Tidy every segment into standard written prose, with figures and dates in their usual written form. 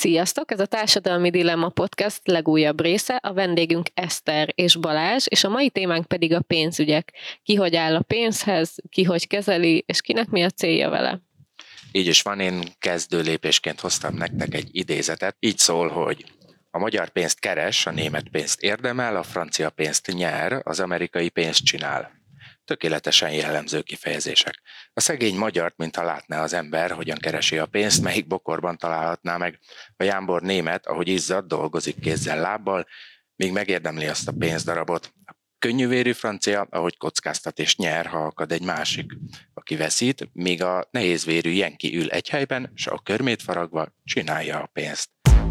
Sziasztok! Ez a Társadalmi Dilemma Podcast legújabb része, a vendégünk Eszter és Balázs, és a mai témánk pedig a pénzügyek. Ki hogy áll a pénzhez, ki hogy kezeli, és kinek mi a célja vele. Így is van, én kezdő lépésként hoztam nektek egy idézetet. Így szól, hogy a magyar pénzt keres, a német pénzt érdemel, a francia pénzt nyer, az amerikai pénzt csinál. Tökéletesen jellemző kifejezések. A szegény magyart, mintha látná az ember, hogyan keresi a pénzt, melyik bokorban találhatná meg. A jámbor német, ahogy izzad, dolgozik kézzel, lábbal, míg megérdemli azt a pénzdarabot. A könnyűvérű francia, ahogy kockáztat és nyer, ha akad egy másik, aki veszít, míg a nehézvérű jenki ül egy helyben, s a körmét faragva csinálja a pénzt.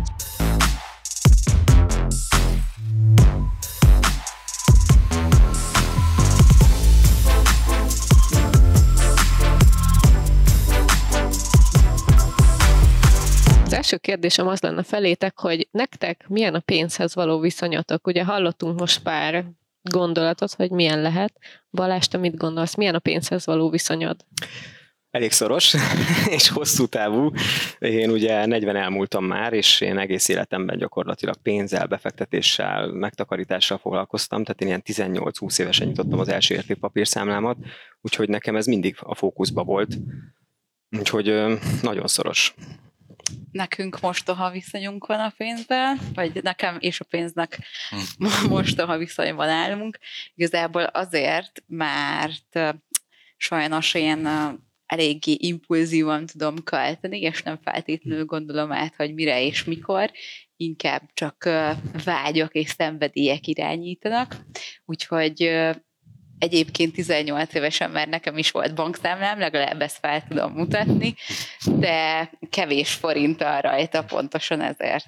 Az első kérdésem az lenne felétek, hogy nektek milyen a pénzhez való viszonyatok? Ugye hallottunk most pár gondolatot, hogy milyen lehet. Balázs, te mit gondolsz? Milyen a pénzhez való viszonyod? Elég szoros és hosszú távú. Én ugye 40 elmúltam már, és én egész életemben gyakorlatilag pénzzel, befektetéssel, megtakarítással foglalkoztam, tehát én ilyen 18-20 évesen nyitottam az első értékpapírszámlámat, úgyhogy nekem ez mindig a fókuszba volt. Úgyhogy nagyon szoros. Nekünk mostoha viszonyunk van a pénzzel, vagy nekem és a pénznek mostoha viszonyban állunk. Igazából azért, mert sajnos én eléggé impulzívan tudom költeni, és nem feltétlenül gondolom át, hogy mire és mikor, inkább csak vágyak és szenvedélyek irányítanak. Úgyhogy egyébként 18 évesen már nekem is volt bankszámlám, legalább ezt fel tudom mutatni, de kevés forinttal rajta pontosan ezért.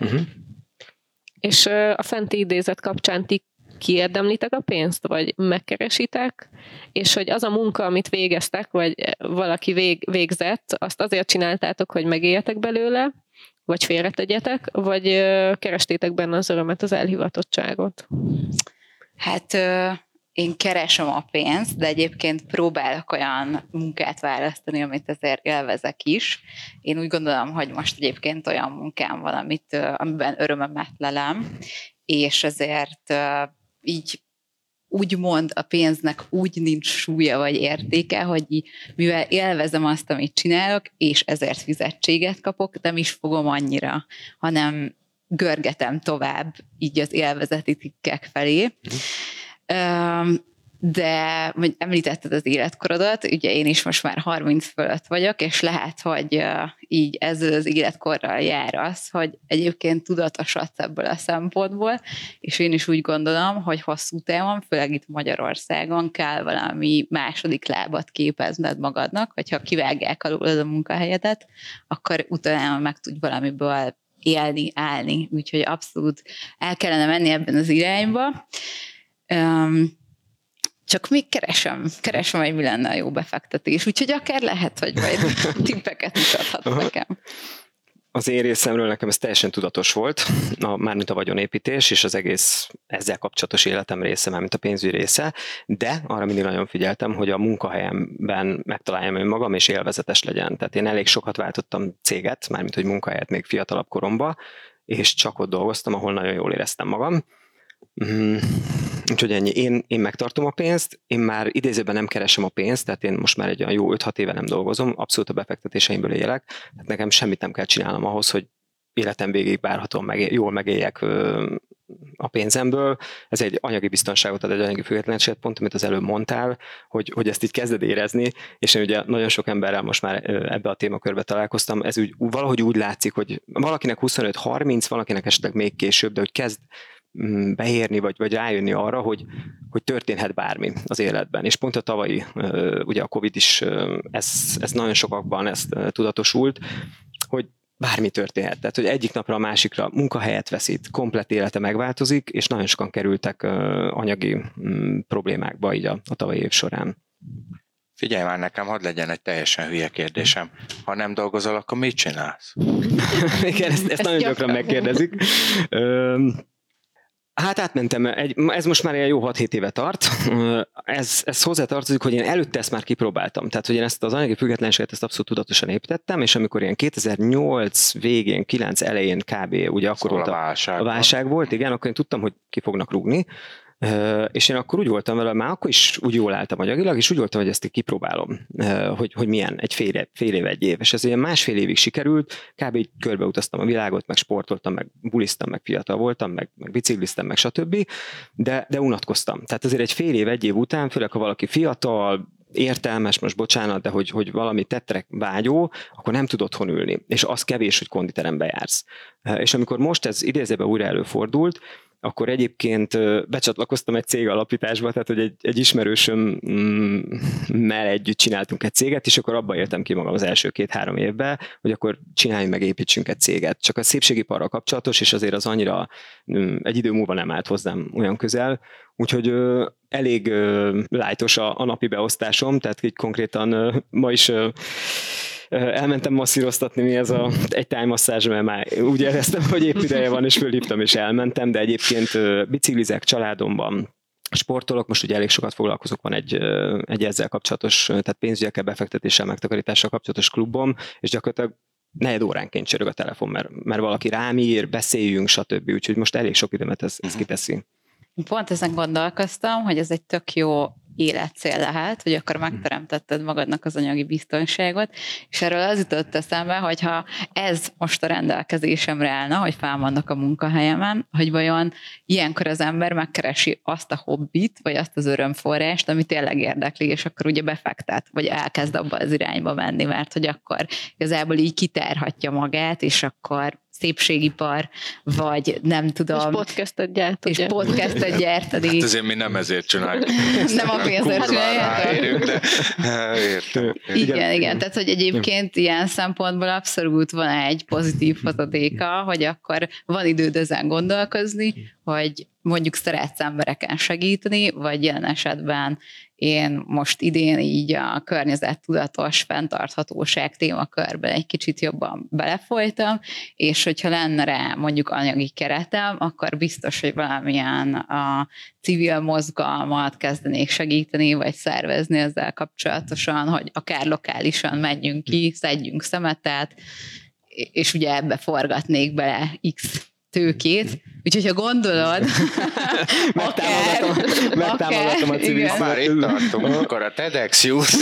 És a fenti idézet kapcsán ti kiérdemlitek a pénzt, vagy megkeresitek, és hogy az a munka, amit végeztek, vagy valaki végzett, azt azért csináltátok, hogy megéljetek belőle, vagy félretegyetek, vagy kerestétek benne az örömet, az elhivatottságot? Hát én keresem a pénzt, de egyébként próbálok olyan munkát választani, amit azért élvezek is. Én úgy gondolom, hogy most egyébként olyan munkám van, amiben örömömet lelem, és ezért így úgymond a pénznek úgy nincs súlya vagy értéke, hogy mivel élvezem azt, amit csinálok, és ezért fizetséget kapok, nem is fogom annyira, hanem görgetem tovább így az élvezeti tikkek felé. De hogy említetted az életkorodat, ugye én is most már 30 fölött vagyok, és lehet, hogy így ezzel az életkorral jár az, hogy egyébként tudatosodsz ebből a szempontból, és én is úgy gondolom, hogy hosszú távon, főleg itt Magyarországon kell valami második lábat képezned magadnak, hogyha kivágják alól a munkahelyedet, akkor utána meg tudj valamiből élni, állni. Úgyhogy abszolút el kellene menni ebben az irányba. Csak még keresem, hogy mi lenne a jó befektetés. Úgyhogy akár lehet, hogy majd tippeket is adhat nekem. Az én részemről nekem ez teljesen tudatos volt, mármint a vagyonépítés, és az egész ezzel kapcsolatos életem része, mármint a pénzügyi része, de arra mindig nagyon figyeltem, hogy a munkahelyemben megtaláljam önmagam, és élvezetes legyen. Tehát én elég sokat váltottam céget, mármint hogy munkahelyet még fiatalabb koromban, és csak ott dolgoztam, ahol nagyon jól éreztem magam. Úgyhogy ennyi. Én megtartom a pénzt, én már idézőben nem keresem a pénzt, tehát én most már egy olyan jó 5-6 éve nem dolgozom, abszolút a befektetéseimből élek, tehát nekem semmit nem kell csinálnom ahhoz, hogy életem végig várhatóan jól megéljek a pénzemből. Ez egy anyagi biztonságot ad, egy anyagi függetlenséget, pont amit az előbb mondtál, hogy ezt így kezded érezni, és én ugye nagyon sok emberrel most már ebbe a témakörbe találkoztam, ez valahogy úgy látszik, hogy valakinek 25-30, valakinek esetleg még később, de hogy kezd beérni, vagy rájönni arra, hogy történhet bármi az életben. És pont a tavalyi, ugye a Covid is, ez nagyon sokakban ezt tudatosult, hogy bármi történhet. Tehát, hogy egyik napra a másikra munkahelyet veszít, komplett élete megváltozik, és nagyon sokan kerültek anyagi problémákba így a tavalyi év során. Figyelj már, nekem hadd legyen egy teljesen hülye kérdésem. Ha nem dolgozol, akkor mit csinálsz? Igen, ezt nagyon gyakran megkérdezik. Hát átmentem, ez most már ilyen jó 6-7 éve tart. Ez hozzátartozik, hogy én előtte ezt már kipróbáltam. Tehát, hogy én ezt az anyagi függetlenséget ezt abszolút tudatosan építettem, és amikor ilyen 2008 végén, 9 elején kb. Ugye akkor szóval volt a válság volt, igen, akkor én tudtam, hogy ki fognak rúgni. És én akkor úgy voltam vele, már akkor is úgy jól álltam anyagilag, és úgy voltam, hogy ezt kipróbálom, hogy milyen, egy fél év, egy év. És ez ilyen 1,5 évig sikerült, kb. Így körbeutaztam a világot, meg sportoltam, meg buliztam, meg fiatal voltam, meg bicikliztem, meg stb. De unatkoztam. Tehát azért egy fél év, egy év után, főleg ha valaki fiatal, értelmes, most bocsánat, de hogy valami tettre vágyó, akkor nem tud otthon ülni. És az kevés, hogy konditerembe jársz. És amikor most ez idézőben újra előfordult, akkor egyébként becsatlakoztam egy cég alapításba, tehát hogy egy ismerősömmel együtt csináltunk egy céget, és akkor abba éltem ki magam az első 2-3 évben, hogy akkor csináljunk meg, építsünk egy céget. Csak a szépségiparral kapcsolatos, és azért az annyira egy idő múlva nem állt hozzám olyan közel, úgyhogy elég lájtos a napi beosztásom, tehát így konkrétan ma is elmentem masszíroztatni, mi ez egy tájmasszázs, mert már úgy éreztem, hogy épp ideje van, és fölhívtam, és elmentem, de egyébként biciklizek családomban, sportolok, most ugye elég sokat foglalkozok, van egy ezzel kapcsolatos, tehát pénzügyekkel, befektetéssel, megtakarítással kapcsolatos klubom, és gyakorlatilag 4 óránként csörög a telefon, mert valaki rám ír, beszéljünk, stb. Úgyhogy most elég sok időmet ez kiteszi. Pont ezen gondolkoztam, hogy ez egy tök jó életcél lehet, hogy akkor megteremtetted magadnak az anyagi biztonságot, és erről az jutott eszembe, hogyha ez most a rendelkezésemre állna, hogy felvannak a munkahelyemen, hogy vajon ilyenkor az ember megkeresi azt a hobbit, vagy azt az örömforrást, ami tényleg érdekli, és akkor ugye befektet, vagy elkezd abba az irányba menni, mert hogy akkor igazából így kitárhatja magát, és akkor szépségipar, vagy nem tudom. És podcastot gyárt, ugye? És podcastot gyártani. Hát azért mi nem ezért csináljuk. Nem a pénzért csináljuk. De értem. Igen. Tehát, hogy egyébként ilyen szempontból abszolút van egy pozitív hozadéka, hogy akkor van időd ezen gondolkozni, hogy mondjuk szeretsz embereken segíteni, vagy jelen esetben én most idén így a környezettudatos fenntarthatóság témakörben egy kicsit jobban belefolytam, és hogyha lenne rá mondjuk anyagi keretem, akkor biztos, hogy valamilyen a civil mozgalmat kezdenék segíteni, vagy szervezni ezzel kapcsolatosan, hogy akár lokálisan menjünk ki, szedjünk szemetet, és ugye ebbe forgatnék bele X tőkét. Úgyhogy, ha gondolod, megtámogatom a civil. Ha már itt tartunk, akkor a TEDx Youth.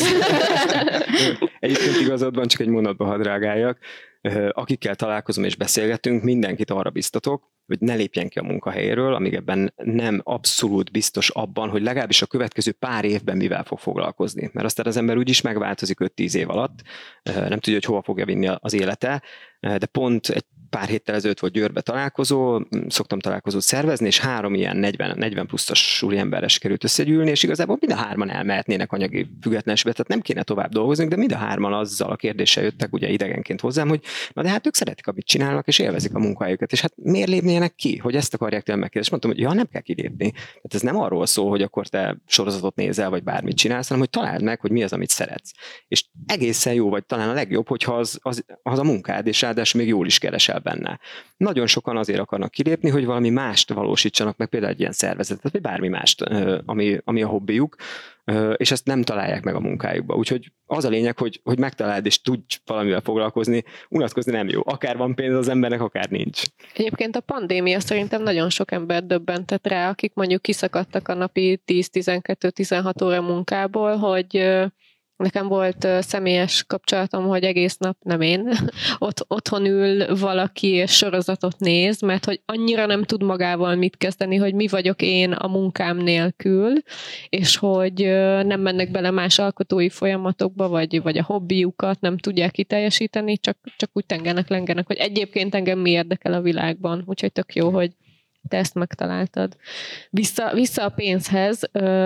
Egyébként igazad van, csak egy mondatba hadd reagáljak. Akikkel találkozom és beszélgetünk, mindenkit arra biztatok, hogy ne lépjen ki a munkahelyéről, amíg ebben nem abszolút biztos abban, hogy legalábbis a következő pár évben mivel fog foglalkozni. Mert aztán az ember úgyis megváltozik 5-10 év alatt, nem tudja, hogy hova fogja vinni az élete, de pont egy pár héttel ezelőtt volt Győrbe találkozó, szoktam találkozót szervezni, és 3 ilyen 40 pluszos úriemberre sikerült összegyűlni, és igazából mind a 3-an elmehetnének anyagi függetlenségbe, tehát nem kéne tovább dolgozni, de mind a 3-an azzal a kérdéssel jöttek ugye idegenként hozzám, hogy na de hát ők szeretik, amit csinálnak, és élvezik a munkahelyüket, és hát miért lépnének ki, hogy ezt akarják tőlem megkérdezni. És mondtam, hogy nem kell kilépni. Tehát ez nem arról szól, hogy akkor te sorozatot nézel, vagy bármit csinálsz, hanem hogy találd meg, hogy mi az, amit szeretsz. És egészen jó, vagy talán a legjobb, hogyha az a munkád, és ráadásul még jól is keresel benne. Nagyon sokan azért akarnak kilépni, hogy valami mást valósítsanak meg, például egy ilyen szervezetet, vagy bármi mást, ami a hobbiuk, és ezt nem találják meg a munkájukba. Úgyhogy az a lényeg, hogy megtaláld és tudj valamivel foglalkozni, unatkozni nem jó. Akár van pénz az embernek, akár nincs. Egyébként a pandémia szerintem nagyon sok ember döbbentett rá, akik mondjuk kiszakadtak a napi 10-12-16 óra munkából, hogy nekem volt személyes kapcsolatom, hogy egész nap, nem én, otthon ül valaki és sorozatot néz, mert hogy annyira nem tud magával mit kezdeni, hogy mi vagyok én a munkám nélkül, és hogy nem mennek bele más alkotói folyamatokba, vagy a hobbiukat nem tudják kiteljesíteni, csak úgy tengenek-lengenek, hogy egyébként engem mi érdekel a világban. Úgyhogy tök jó, hogy te ezt megtaláltad. Vissza a pénzhez.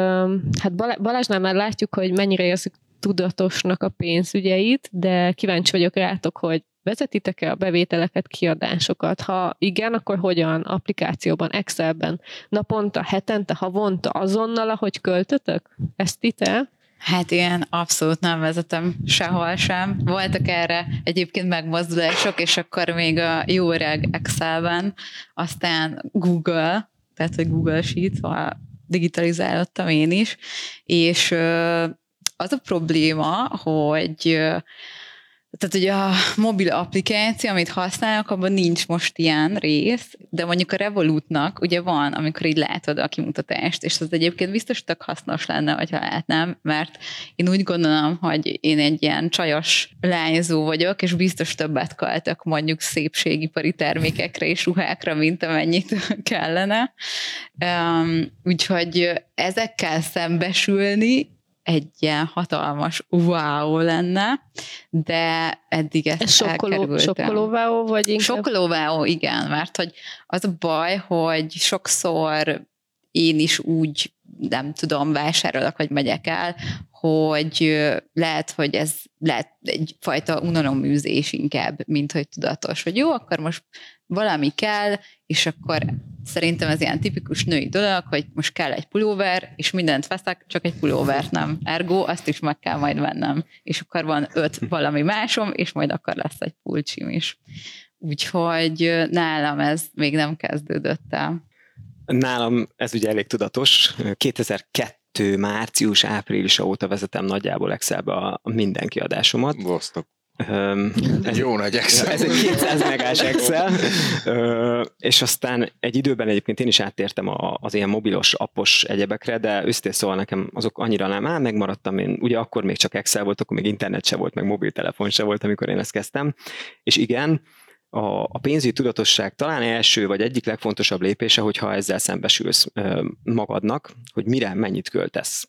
Hát Balázsnál már látjuk, hogy mennyire érzik tudatosnak a pénzügyeit, de kíváncsi vagyok rátok, hogy vezetitek-e a bevételeket, kiadásokat? Ha igen, akkor hogyan? Applikációban, Excelben, naponta, hetente, havonta, azonnal, ahogy költötök? Ezt te? Hát én abszolút nem vezetem sehol sem. Voltak erre egyébként megmozdulások, és akkor még a jó öreg Excelben, aztán Google, tehát hogy Google Sheet, szóval digitalizálottam én is, és az a probléma, hogy tehát ugye a mobil applikáció, amit használok, abban nincs most ilyen rész, de mondjuk a Revolutnak ugye van, amikor így látod a kimutatást, és az egyébként biztos tök hasznos lenne, hogyha látnám, mert én úgy gondolom, hogy én egy ilyen csajos lányzó vagyok, és biztos többet költök mondjuk szépségipari termékekre és ruhákra, mint amennyit kellene. Úgyhogy ezekkel szembesülni egy ilyen hatalmas wow lenne, de eddig ezt elkerültem. Sokkoló wow, vagy inkább? Sokkoló wow, igen, mert hogy az a baj, hogy sokszor én is úgy, nem tudom, vásárolok, vagy megyek el, hogy lehet, hogy ez lehet egyfajta unaloműzés inkább, mint hogy tudatos, hogy jó, akkor most valami kell, és akkor szerintem ez ilyen tipikus női dolog, hogy most kell egy pulóver, és mindent veszek, csak egy pulóvert nem. Ergo, azt is meg kell majd vennem. És akkor van 5 valami másom, és majd akkor lesz egy pulcsim is. Úgyhogy nálam ez még nem kezdődött el. Nálam ez ugye elég tudatos. 2002 március-áprilisa óta vezetem nagyjából Excelbe a minden kiadásomat. Bosztok. Jó nagy Excel. Ez egy 200 megás Excel, és aztán egy időben egyébként én is áttértem az ilyen mobilos, appos egyebekre, de őszintén szóval nekem azok annyira nem megmaradtam, én ugye akkor még csak Excel volt, akkor még internet se volt, meg mobiltelefon se volt, amikor én ezt kezdtem, és igen, a pénzügyi tudatosság talán első vagy egyik legfontosabb lépése, hogyha ezzel szembesülsz magadnak, hogy mire mennyit költesz.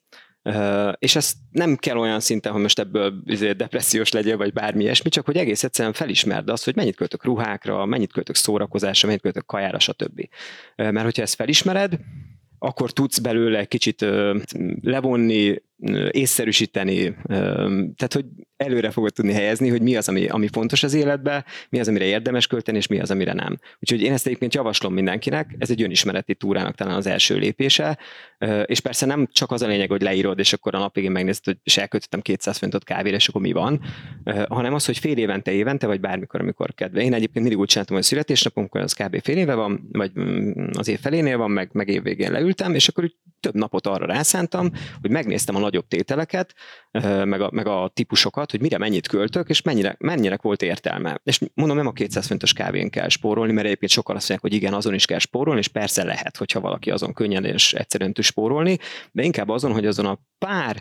És ez nem kell olyan szinten, hogy most ebből depressziós legyen, vagy bármi ilyesmi, csak hogy egész egyszerűen felismerd azt, hogy mennyit költök ruhákra, mennyit költök szórakozásra, mennyit költök kajára, stb. Mert hogyha ezt felismered, akkor tudsz belőle egy kicsit levonni, észszerűsíteni, tehát hogy előre fogod tudni helyezni, hogy mi az, ami fontos az életben, mi az, amire érdemes költeni, és mi az, amire nem. Úgyhogy én ezt egyébként javaslom mindenkinek, ez egy önismereti túrának talán az első lépése, és persze nem csak az a lényeg, hogy leírod, és akkor a napvégén megnézed, hogy és elköltöttem 200 fontot kávéra, és akkor mi van, hanem az, hogy fél évente, vagy bármikor, amikor kedve. Én egyébként mindig úgy csináltam, hogy a születésnapomkor az kb. Fél éve van, vagy az év felénél van, meg év végén leültem, és akkor több napot arra rászántam, hogy megnéztem a nagyobb tételeket, meg a típusokat, hogy mire mennyit költök, és mennyire volt értelme. És mondom, nem a 200 fontos kávén kell spórolni, mert egyébként sokan azt mondják, hogy igen, azon is kell spórolni, és persze lehet, hogyha valaki azon könnyen és egyszerűen tud spórolni, de inkább azon, hogy azon a pár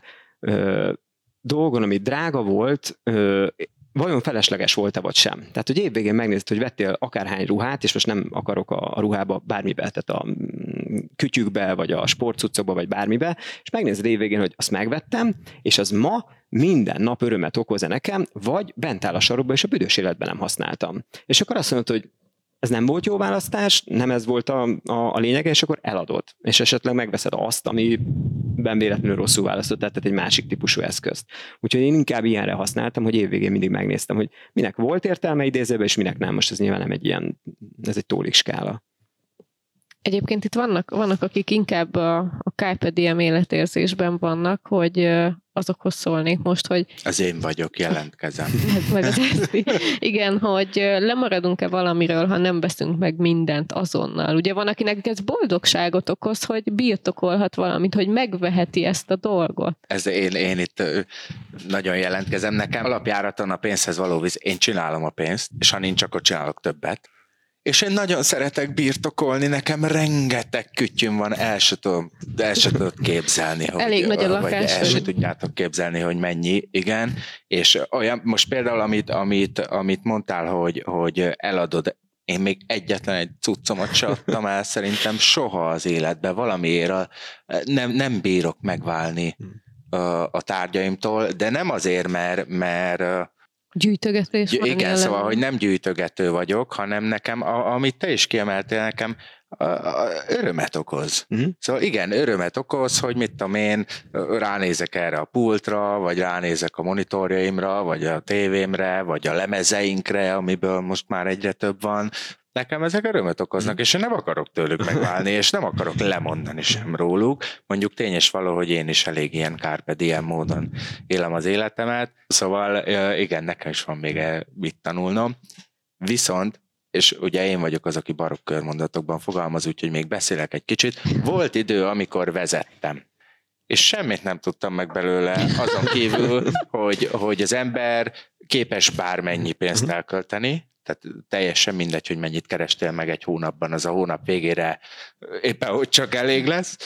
dolgon, ami drága volt, vajon felesleges volt-e vagy sem. Tehát, hogy évvégén megnézed, hogy vettél akárhány ruhát, és most nem akarok a ruhába bármibe, tehát a kütyükbe, vagy a sportcuccokba, vagy bármibe, és megnézed évvégén, hogy azt megvettem, és az ma minden nap örömet okoz-e nekem, vagy bent áll a sarokba, és a büdös életben nem használtam. És akkor azt mondod, hogy ez nem volt jó választás, nem ez volt a lényege, és akkor eladod. És esetleg megveszed azt, amiben véletlenül rosszul választott, tehát egy másik típusú eszközt. Úgyhogy én inkább ilyenre használtam, hogy évvégén mindig megnéztem, hogy minek volt értelme idézőben, és minek nem. Most ez nyilván nem egy ilyen, ez egy tólik skála. Egyébként itt vannak akik inkább a Carpe Diem életérzésben vannak, hogy azokhoz szólnék most, hogy... Az én vagyok, jelentkezem. Meg az eszti. Igen, hogy lemaradunk-e valamiről, ha nem veszünk meg mindent azonnal. Ugye van, akinek ez boldogságot okoz, hogy birtokolhat valamit, hogy megveheti ezt a dolgot. Ez én itt nagyon jelentkezem. Nekem alapjáraton a pénzhez való én csinálom a pénzt, és ha nincs, akkor csinálok többet. És én nagyon szeretek birtokolni, nekem rengeteg kütyüm van, el se tudod képzelni, hogy, elég nagy a lakás, vagy el se tudjátok képzelni, hogy mennyi, igen. És olyan, most például, amit mondtál, hogy eladod, én még egyetlen egy cuccomat se adtam el szerintem soha az életben, valamiért nem bírok megválni a tárgyaimtól, de nem azért, mert gyűjtögetés van. Igen, szóval, hogy nem gyűjtögető vagyok, hanem nekem, amit te is kiemeltél nekem, örömet okoz. Szóval igen, örömet okoz, hogy mit tudom én, ránézek erre a pultra, vagy ránézek a monitorjaimra, vagy a tévémre, vagy a lemezeinkre, amiből most már egyre több van. Nekem ezek örömet okoznak, és én nem akarok tőlük megválni, és nem akarok lemondani sem róluk. Mondjuk tény és való, hogy én is elég ilyen Carpe Diem módon élem az életemet, szóval igen, nekem is van még mit tanulnom. Viszont és ugye én vagyok az, aki barokk körmondatokban fogalmaz, úgyhogy még beszélek egy kicsit. Volt idő, amikor vezettem, és semmit nem tudtam meg belőle, azon kívül, hogy az ember képes bármennyi pénzt elkölteni, tehát teljesen mindegy, hogy mennyit kerestél meg egy hónapban, az a hónap végére éppen hogy csak elég lesz.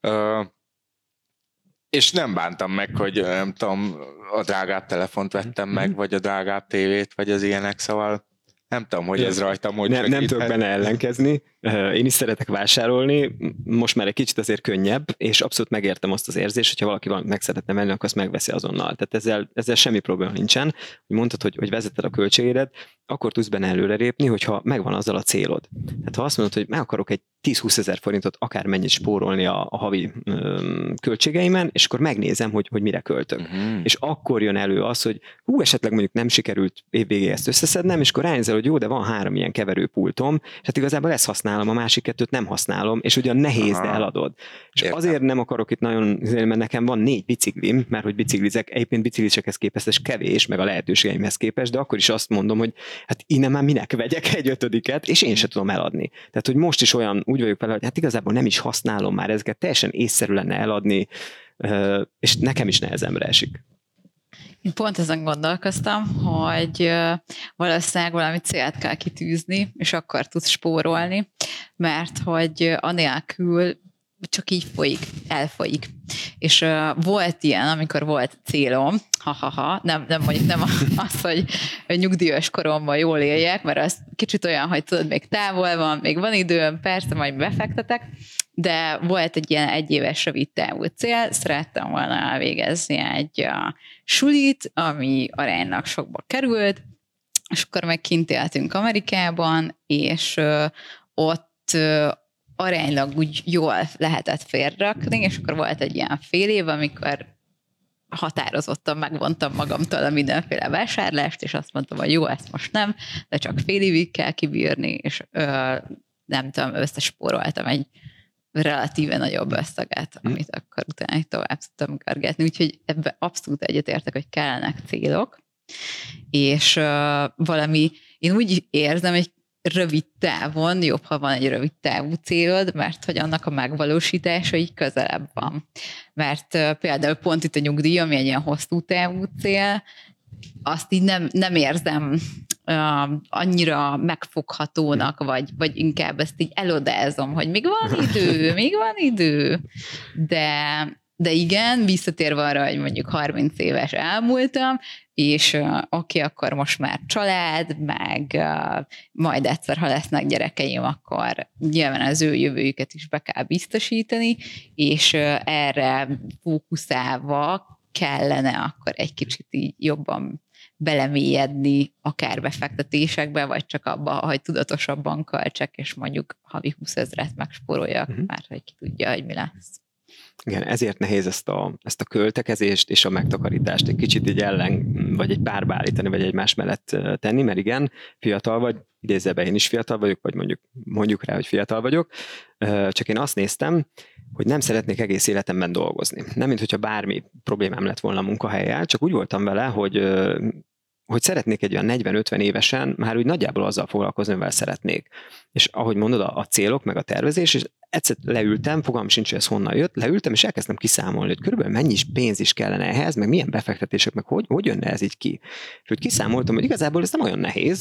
És nem bántam meg, hogy nem tudom, a drágább telefont vettem meg, vagy a drágább tévét, vagy az ilyenek, szóval nem tudom, hogy ez rajtam hogy nem tudok benne ellenkezni. Én is szeretek vásárolni, most már egy kicsit azért könnyebb, és abszolút megértem azt az érzést, hogyha valaki valamit meg szeretne venni, akkor azt megveszi azonnal. Tehát ezzel semmi probléma nincsen. Hogy mondtad, hogy vezeted a költségeidet, akkor tudsz benne előrelépni, hogyha megvan azzal a célod. Tehát ha azt mondod, hogy meg akarok egy 10-20 ezer forintot akármennyit spórolni a havi költségeimen, és akkor megnézem, hogy mire költök. És akkor jön elő az, hogy esetleg mondjuk nem sikerült évvégéig ezt összeszednem, és akkor ránézel, hogy jó, de van 3 ilyen keverőpultom, és hát igazából ezt használom, a másik 2-t nem használom, és ugyan nehéz, de eladod. És értem. Azért nem akarok itt nagyon, mert nekem van 4 biciklim, mert hogy biciklizek, egyébként biciklisekhez képest ez kevés, meg a lehetőségeimhez képest, de akkor is azt mondom, hogy hát innen már minek vegyek egy 5-et, és én se tudom eladni. Tehát, hogy most is olyan, úgy vagyok vele, hogy hát igazából nem is használom már ezeket, teljesen észszerű lenne eladni, és nekem is nehezemre esik. Én pont ezen gondolkoztam, hogy valószínűleg valami célt kell kitűzni, és akkor tudsz spórolni, mert hogy anélkül csak így elfolyik. És volt ilyen, amikor volt célom, nem mondjuk nem az, hogy nyugdíjas koromban jól éljek, mert az kicsit olyan, hogy tudod, még távol van, még van időm, persze majd befektetek, de volt egy ilyen 1 éves rövid távú cél, szerettem volna elvégezni egy sulit, ami aránylag sokba került, és akkor meg kint éltünk Amerikában, és ott aránylag úgy jól lehetett félrakni, és akkor volt egy ilyen fél év, amikor határozottan megvontam magamtól a mindenféle vásárlást, és azt mondtam, hogy jó, ezt most nem, de csak fél évig kell kibírni, és nem tudom, összespóroltam egy relatíve nagyobb összeget, amit akkor utána tovább tudtam görgetni. Úgyhogy ebben abszolút egyetértek, hogy kellenek célok, és valami, én úgy érzem, hogy rövid távon jobb, ha van egy rövid távú célod, mert hogy annak a megvalósítása így közelebb van. Mert például pont itt a nyugdíj, ami egy ilyen hosszú távú cél, azt így nem érzem annyira megfoghatónak, vagy inkább ezt így elodázom, hogy még van idő, de igen, visszatérve arra, hogy mondjuk 30 éves elmúltam, és oké, akkor most már család, meg majd egyszer, ha lesznek gyerekeim, akkor nyilván az ő jövőjüket is be kell biztosítani, és erre fókuszálva kellene akkor egy kicsit így jobban belemélyedni akár befektetésekbe, vagy csak abba, hogy tudatosabban költsek, és mondjuk havi 20 000 megspóroljak, mert hogy ki tudja, hogy mi lesz. Igen, ezért nehéz ezt a költekezést és a megtakarítást egy kicsit így vagy egy párba állítani, vagy egymás mellett tenni, mert igen, fiatal vagy, idézőben én is fiatal vagyok, vagy mondjuk rá, hogy fiatal vagyok, csak én azt néztem, hogy nem szeretnék egész életemben dolgozni. Nem, mint hogyha bármi problémám lett volna a munkahellyel, csak úgy voltam vele, hogy szeretnék egy olyan 40-50 évesen már úgy nagyjából azzal foglalkozni, amivel szeretnék. És ahogy mondod, a célok, meg a tervezés, és egyszer leültem, fogalmam sincs, hogy ez honnan jött, leültem, és elkezdtem kiszámolni, hogy körülbelül mennyi pénz is kellene ehhez, meg milyen befektetések, meg hogy jönne ez így ki. És hogy kiszámoltam, hogy igazából ez nem olyan nehéz,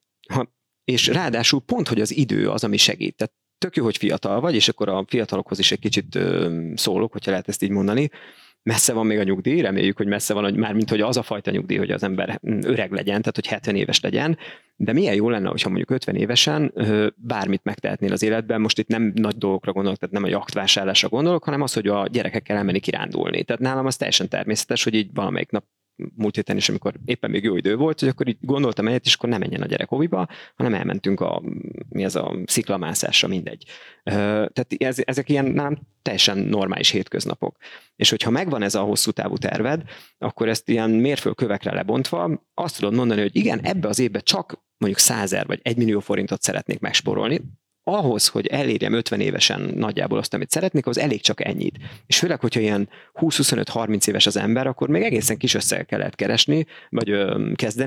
és ráadásul pont, hogy az idő az, ami segít. Tehát tök jó, hogy fiatal vagy, és akkor a fiatalokhoz is egy kicsit szólok, hogyha lehet ezt így mondani. Messze van még a nyugdíj, reméljük, hogy messze van, hogy már mint hogy az a fajta nyugdíj, hogy az ember öreg legyen, tehát hogy 70 éves legyen, de milyen jó lenne, hogyha mondjuk 50 évesen bármit megtehetnél az életben, most itt nem nagy dolgokra gondolok, tehát nem a jachtvásárlásra gondolok, hanem az, hogy a gyerekekkel elmenni kirándulni. Tehát nálam az teljesen természetes, hogy így valamelyik nap múlt héten is, amikor éppen még jó idő volt, hogy akkor így gondoltam egyet, és akkor nem menjen a gyerek óviba, hanem elmentünk a sziklamászásra, mindegy. Tehát ezek ilyen nem teljesen normális hétköznapok. És hogyha megvan ez a hosszú távú terved, akkor ezt ilyen mérföldkövekre lebontva azt tudod mondani, hogy igen, ebbe az évben csak mondjuk 100 000 vagy 1 millió forintot szeretnék megspórolni, ahhoz, hogy elérjem 50 évesen nagyjából azt, amit szeretnék, az elég csak ennyit. És főleg, hogyha ilyen 20-25-30 éves az ember, akkor még egészen kis összegekkel lehet keresni, vagy kezdeni,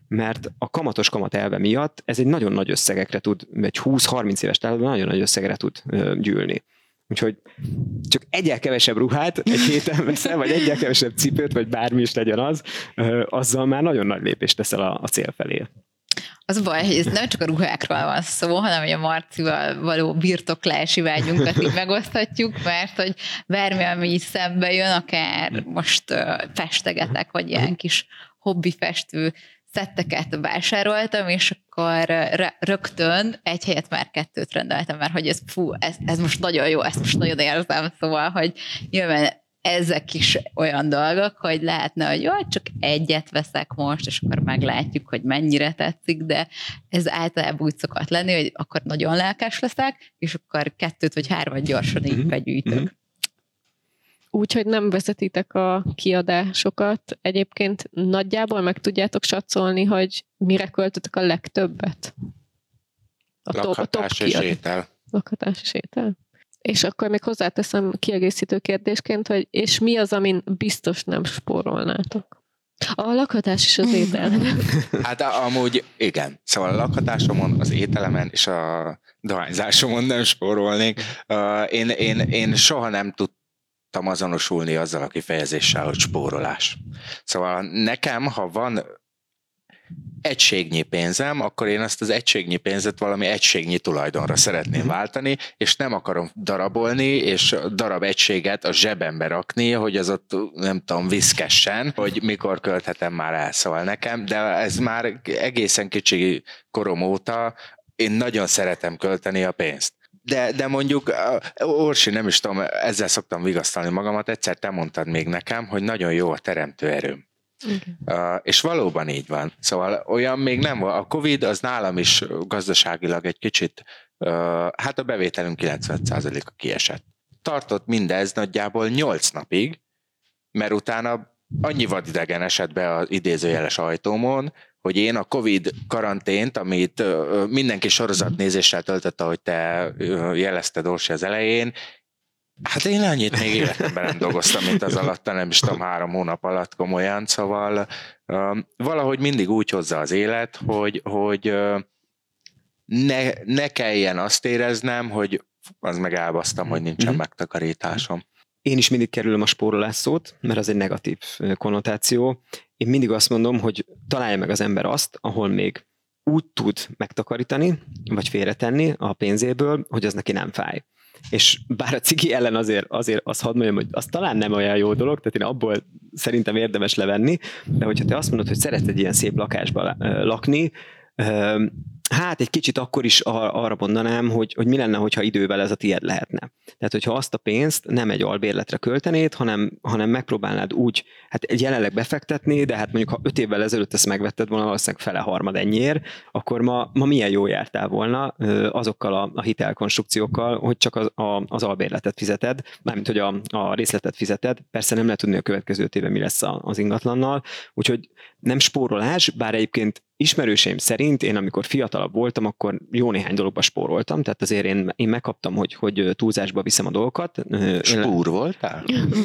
mert a kamatos kamat elve miatt ez egy nagyon nagy összegekre tud, egy 20-30 éves távlatban nagyon nagy összegre tud gyűlni. Úgyhogy csak egyel kevesebb ruhát egy héten veszel, vagy egyel kevesebb cipőt, vagy bármi is legyen az, azzal már nagyon nagy lépést teszel a cél felé. Az baj, hogy ez nem csak a ruhákról van szó, hanem hogy a Marcival való birtoklási vágyunkat így megoszthatjuk, mert hogy bármi, ami így szembe jön, akár most festegetek, vagy ilyen kis hobbi festő szetteket vásároltam, és akkor rögtön egy helyet már 2 rendeltem, mert hogy ez most nagyon jó, ezt most nagyon érzem, szóval, hogy nyilván ezek is olyan dolgok, hogy lehetne, hogy jó, csak egyet veszek most, és akkor meglátjuk, hogy mennyire tetszik, de ez általában úgy szokott lenni, hogy akkor nagyon lelkes leszek, és akkor 2 vagy 3 gyorsan így begyűjtök. Úgyhogy nem vezetitek a kiadásokat. Egyébként nagyjából meg tudjátok satszolni, hogy mire költöttek a legtöbbet? Lakhatás és étel. Lakhatás és étel. És akkor még hozzáteszem kiegészítő kérdésként, hogy és mi az, amin biztos nem spórolnátok? A lakhatás és az étel. Hát amúgy igen. Szóval a lakhatásomon, az ételemen és a dohányzásomon nem spórolnék. Én soha nem tudtam azonosulni azzal a kifejezéssel, hogy spórolás. Szóval nekem, ha van egységnyi pénzem, akkor én azt az egységnyi pénzet valami egységnyi tulajdonra szeretném váltani, és nem akarom darabolni, és darab egységet a zsebembe rakni, hogy az ott nem tudom, viszkessen, hogy mikor költhetem már el. Szóval nekem, de ez már egészen kicsi korom óta én nagyon szeretem költeni a pénzt. De mondjuk, Orsi, nem is tudom, ezzel szoktam vigasztalni magamat, egyszer te mondtad még nekem, hogy nagyon jó a teremtő erőm. És valóban így van. Szóval olyan még nem van. A Covid az nálam is gazdaságilag egy kicsit, hát a bevételünk 95%-a kiesett. Tartott mindez nagyjából 8 napig, mert utána annyi vadidegen esett be az idézőjeles ajtómon, hogy én a Covid karantént, amit mindenki sorozatnézéssel töltött, ahogy te jelezted, Orsi, az elején, hát én annyit még életemben nem dolgoztam, mint az alatt, nem is tudom, 3 hónap alatt komolyan, szóval valahogy mindig úgy hozza az élet, hogy ne kelljen azt éreznem, hogy az meg elbasztam, hogy nincsen megtakarításom. Én is mindig kerülöm a spórolás szót, mert az egy negatív konnotáció. Én mindig azt mondom, hogy találja meg az ember azt, ahol még úgy tud megtakarítani, vagy félretenni a pénzéből, hogy az neki nem fáj. És bár a cigi ellen azért azt hadd mondjam, hogy az talán nem olyan jó dolog, tehát én abból szerintem érdemes levenni, de hogyha te azt mondod, hogy szeretsz egy ilyen szép lakásba lakni, hát egy kicsit akkor is arra mondanám, hogy mi lenne, hogyha idővel ez a tiéd lehetne. Tehát, hogyha azt a pénzt nem egy albérletre költenéd, hanem megpróbálnád úgy, hát jelenleg befektetni, de hát mondjuk ha 5 évvel ezelőtt ezt megvetted volna, valószínűleg fele-harmad ennyiért, akkor ma milyen jó jártál volna azokkal a hitelkonstrukciókkal, hogy csak az albérletet fizeted, mármint, hogy a részletet fizeted. Persze nem lehet tudni a következő 5 évben mi lesz az ingatlannal, úgyhogy nem spórolás, bár egyébként ismerőseim szerint én, amikor fiatalabb voltam, akkor jó néhány dologba spóroltam, tehát azért én megkaptam, hogy túlzásba viszem a dolgokat. Spúr voltál?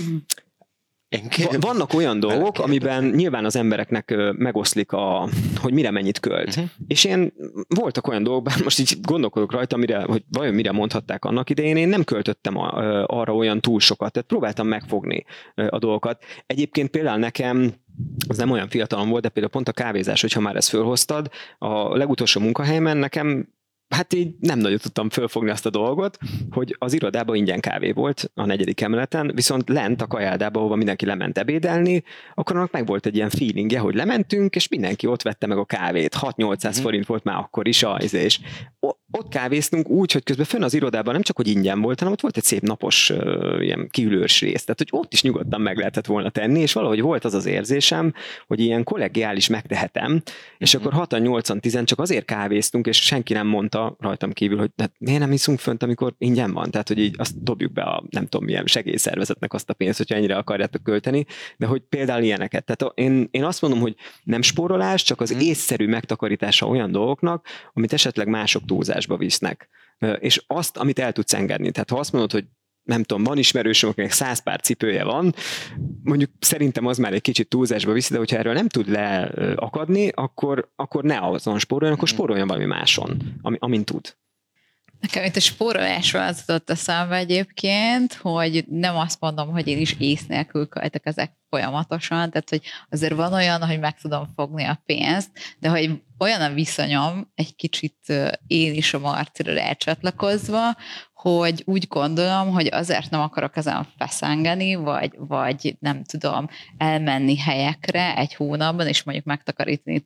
Vannak olyan dolgok, amiben nyilván az embereknek megoszlik, hogy mire mennyit költ. És én voltak olyan dolgok, bár most így gondolkodok rajta, hogy vajon mire mondhatták annak idején, én nem költöttem arra olyan túl sokat, tehát próbáltam megfogni a dolgokat. Egyébként például nekem az nem olyan fiatalom volt, de például pont a kávézás, hogyha már ezt fölhoztad, a legutolsó munkahelyemen nekem hát így nem nagyon tudtam fölfogni azt a dolgot, hogy az irodában ingyen kávé volt a 4. emeleten, viszont lent a kajáldában, ahova mindenki lement ebédelni, akkor annak meg volt egy ilyen feelingje, hogy lementünk, és mindenki ott vette meg a kávét. 6-800 forint volt már akkor is és ott kávéztunk úgy, hogy közben fönn az irodában nem csak, hogy ingyen volt, hanem ott volt egy szép napos ilyen kiülős rész, tehát hogy ott is nyugodtan meg lehetett volna tenni, és valahogy volt az érzésem, hogy ilyen kollegiális megtehetem, és akkor 6-8-10 csak azért kávéztunk, és senki nem mondta rajtam kívül, hogy hát miért nem iszunk fönt, amikor ingyen van, tehát hogy így azt dobjuk be a nem tudom milyen segélyszervezetnek azt a pénzt, hogyha ennyire akarjátok költeni, de hogy például ilyeneket. Tehát én azt mondom, hogy nem spórolás, csak az észszerű megtakarítása olyan dolgoknak, amit esetleg mások túlzásba visznek. És azt, amit el tudsz engedni. Tehát ha azt mondod, hogy nem tudom, van ismerősöm, akinek 100 pár cipője van, mondjuk szerintem az már egy kicsit túlzásba viszi, de hogyha erről nem tud leakadni, akkor ne azon spóroljon, akkor spóroljon valami máson, amin tud. Nekem itt a spórolásról az jutott eszembe egyébként, hogy nem azt mondom, hogy én is ész nélkül költek ezek folyamatosan, tehát hogy azért van olyan, hogy meg tudom fogni a pénzt, de hogy olyan a viszonyom, egy kicsit én is a Marcira rácsatlakozva, hogy úgy gondolom, hogy azért nem akarok ezen feszengeni, vagy nem tudom elmenni helyekre egy hónapban, és mondjuk megtakarítani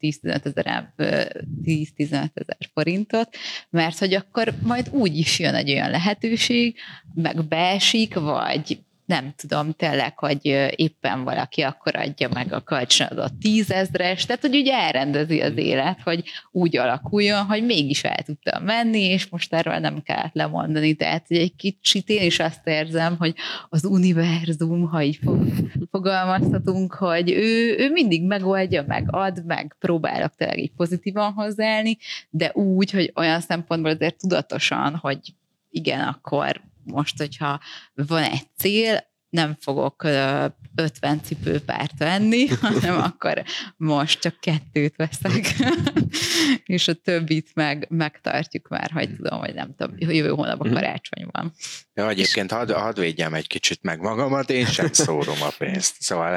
10-15 ezer forintot, mert hogy akkor majd úgy is jön egy olyan lehetőség, meg beesik, vagy nem tudom, tényleg, hogy éppen valaki akkor adja meg a kölcsönadott 10 000-es, tehát hogy ugye elrendezi az élet, hogy úgy alakuljon, hogy mégis el tudtam menni, és most erről nem kellett lemondani. Tehát hogy egy kicsit én is azt érzem, hogy az univerzum, ha így fogalmazhatunk, hogy ő mindig megoldja, meg ad, meg próbálok tényleg így pozitívan hozzáállni, de úgy, hogy olyan szempontból azért tudatosan, hogy igen, akkor most, hogyha van egy cél, nem fogok 50 cipőpárt venni, hanem akkor most csak 2 veszek, és a többit megtartjuk már, hogy tudom, hogy nem tudom, jövő hónapban karácsony van. Ja, egyébként hadd védjem egy kicsit meg magamat, én sem szórom a pénzt. Szóval,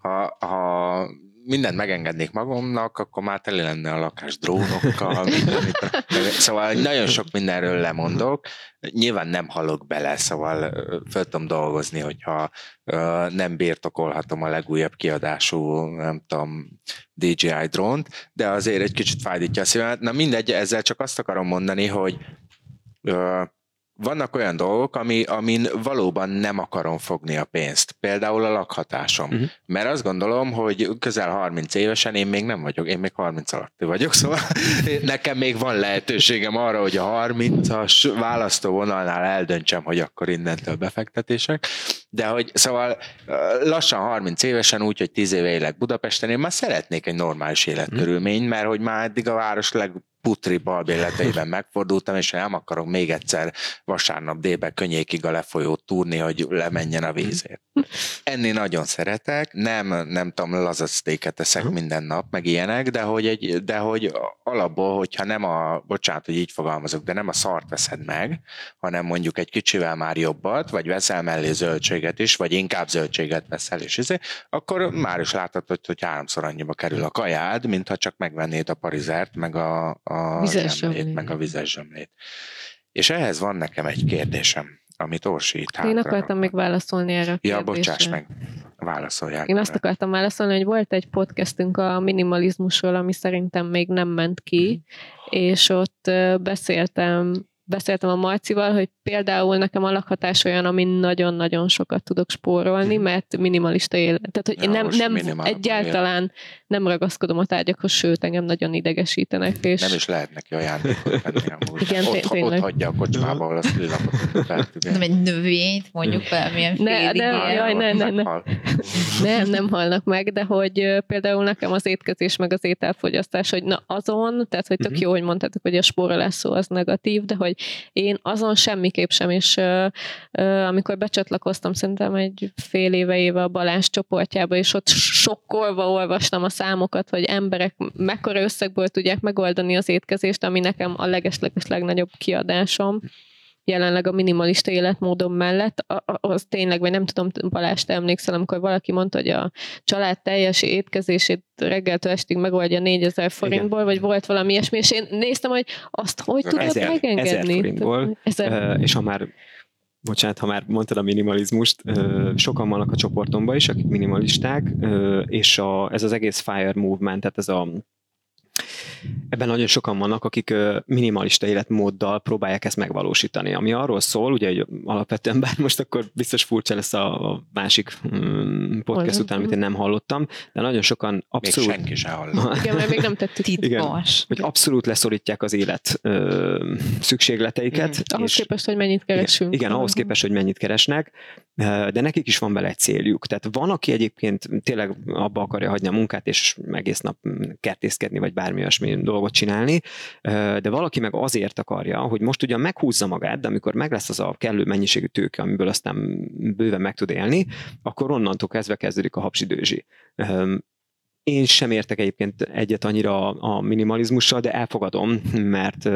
ha mindent megengednék magamnak, akkor már tele lenne a lakás drónokkal, szóval nagyon sok mindenről lemondok. Nyilván nem halok bele, szóval föl tudom dolgozni, hogyha nem birtokolhatom a legújabb kiadású, nem tudom, DJI drónt, de azért egy kicsit fájdítja a szívemet. Na mindegy, ezzel csak azt akarom mondani, hogy vannak olyan dolgok, amin valóban nem akarom fogni a pénzt. Például a lakhatásom. Mert azt gondolom, hogy közel 30 évesen én még nem vagyok, én még 30 alatti vagyok, szóval nekem még van lehetőségem arra, hogy a 30-as választóvonalnál eldöntsem, hogy akkor innentől befektetések. De hogy szóval lassan 30 évesen, úgy, hogy 10 éve élek Budapesten, én már szeretnék egy normális életkörülményt, mert hogy már eddig a város legputribb albérleteiben megfordultam, és nem akarok még egyszer vasárnap délben könnyékig a lefolyót túrni, hogy lemenjen a vízért. Enni nagyon szeretek, nem tudom, lazactéket eszek minden nap, meg ilyenek, de hogy alapból, hogyha bocsánat, hogy így fogalmazok, de nem a szart veszed meg, hanem mondjuk egy kicsivel már jobbat, vagy veszel mellé zöldséget is, vagy inkább zöldséget veszel, és akkor már is láthatod, hogy 3-szor annyiba kerül a kajád, mintha csak megvennéd a parizert, meg a zsemlét, meg a vizes zsemlét. És ehhez van nekem egy kérdésem, amit Orsi itt Én akartam még válaszolni erre a kérdésre. Ja, bocsáss meg, válaszolják. Én azt akartam válaszolni, hogy volt egy podcastünk a minimalizmusról, ami szerintem még nem ment ki, és ott beszéltem a Marcival, hogy például nekem a lakhatás olyan, amin nagyon-nagyon sokat tudok spórolni, mert minimalista élet. Tehát, hogy nem egyáltalán nem ragaszkodom a tárgyakhoz, sőt, engem nagyon idegesítenek. És nem is lehet neki ajándékot venni amúgy. Igen, ott hagyja a kocsmába, ahol a szülinapot feltűnő. Nem egy növényt, mondjuk valamilyen nem halnak meg, de hogy például nekem az étkezés meg az ételfogyasztás, hogy na azon, tehát hogy tök jó, hogy mondtátok, hogy a spórolás szó az negatív, de hogy én azon semmiképp sem, és amikor becsatlakoztam szerintem egy fél éve a Balázs csoportjába, és ott sokkolva olvastam a számokat, hogy emberek mekkora összegből tudják megoldani az étkezést, ami nekem a legesleges legnagyobb kiadásom jelenleg a minimalista életmódom mellett, az tényleg, vagy nem tudom, Balázs, te emlékszel, amikor valaki mondta, hogy a család teljes étkezését reggeltől estig megoldja 4000 forintból, vagy volt valami ilyesmi, és én néztem, hogy azt hogy tudod megengedni? 1000 forintból, és ha már mondtad a minimalizmust, sokan vannak a csoportomban is, akik minimalisták, és ez az egész FIRE movement, tehát ebben nagyon sokan vannak, akik minimalista életmóddal próbálják ezt megvalósítani, ami arról szól, ugye, hogy alapvetően, bár most akkor biztos furcsa lesz a másik podcast után, amit én nem hallottam, de nagyon sokan abszolút... Még senki sem hallott. Igen, mert még nem tettük. Igen, hogy abszolút leszorítják az élet szükségleteiket. Ahhoz képest, hogy mennyit keresünk. Igen, ahhoz képest, hogy mennyit keresnek, de nekik is van vele egy céljuk. Tehát van, aki egyébként tényleg abba akarja hagyni a munkát, és egész nap kertészkedni, vagy bármi olyasmi dolgot csinálni, de valaki meg azért akarja, hogy most ugyan meghúzza magát, de amikor meg lesz az a kellő mennyiségű tőke, amiből aztán bőven meg tud élni, akkor onnantól kezdve kezdődik a hapsidőzsi. Én sem értek egyébként egyet annyira a minimalizmussal, de elfogadom, mert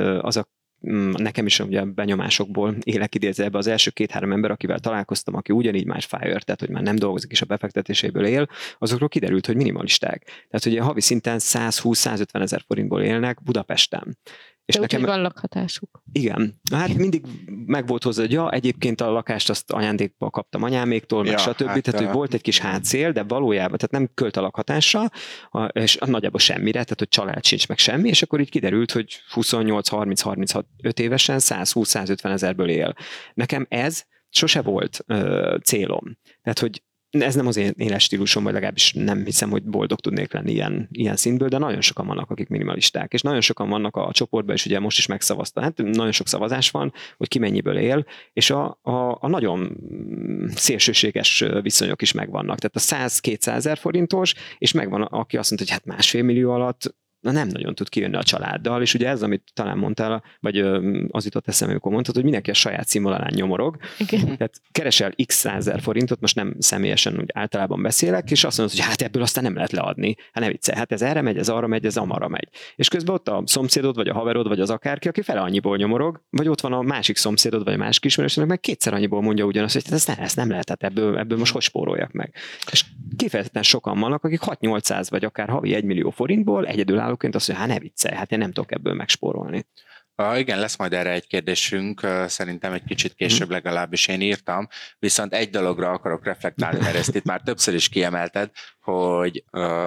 nekem is ugye benyomásokból élek idézve ebbe az első 2-3 ember, akivel találkoztam, aki ugyanígy már FIRE, tehát hogy már nem dolgozik és a befektetéséből él, azokról kiderült, hogy minimalisták. Tehát ugye havi szinten 120-150 ezer forintból élnek Budapesten. És de nekem van lakhatásuk. Igen. Hát mindig megvolt hozzá, hogy egyébként a lakást azt ajándékba kaptam anyáméktól, meg stb. Hát, tehát, hogy volt egy kis hátszél, de valójában, tehát nem költ a lakhatásra, és nagyjából semmire, tehát, hogy család sincs meg semmi, és akkor így kiderült, hogy 28-30-35 évesen 120-150 ezerből él. Nekem ez sose volt célom. Tehát, hogy ez nem az én életstílusom, vagy legalábbis nem hiszem, hogy boldog tudnék lenni ilyen szintből, de nagyon sokan vannak, akik minimalisták, és nagyon sokan vannak a csoportban, és ugye most is megszavazta, hát nagyon sok szavazás van, hogy ki mennyiből él, és a nagyon szélsőséges viszonyok is megvannak. Tehát a 100-200 ezer forintos, és megvan, aki azt mondta, hogy hát 1,5 millió alatt nem nagyon tud kijönni a családdal, és ugye ez, amit talán mondtál, vagy az jutott eszembe, amikor mondtad, hogy mindenki a saját színvonalán nyomorog. Igen. Tehát keresel x 100 ezer forintot, most nem személyesen, úgy általában beszélek, és azt mondod, hogy hát ebből aztán nem lehet leadni. Hát ne viccelj, hát ez erre megy, ez arra megy, ez amarra megy. És közben ott a szomszédod, vagy a haverod, vagy az akárki, aki fele annyiból nyomorog, vagy ott van a másik szomszédod, vagy a másik ismerősnek, meg kétszer annyiból mondja ugyanazt, hogy ezt nem lehet, hát ebből most hogy spóroljak meg. És kifejezetten sokan vannak, akik 6-800 vagy akár havi 1 millió forintból egyedülállóként azt mondja, hát ne viccelj, hát én nem tudok ebből megspórolni. Igen, lesz majd erre egy kérdésünk, szerintem egy kicsit később legalábbis én írtam, viszont egy dologra akarok reflektálni, mert ezt itt már többször is kiemelted, hogy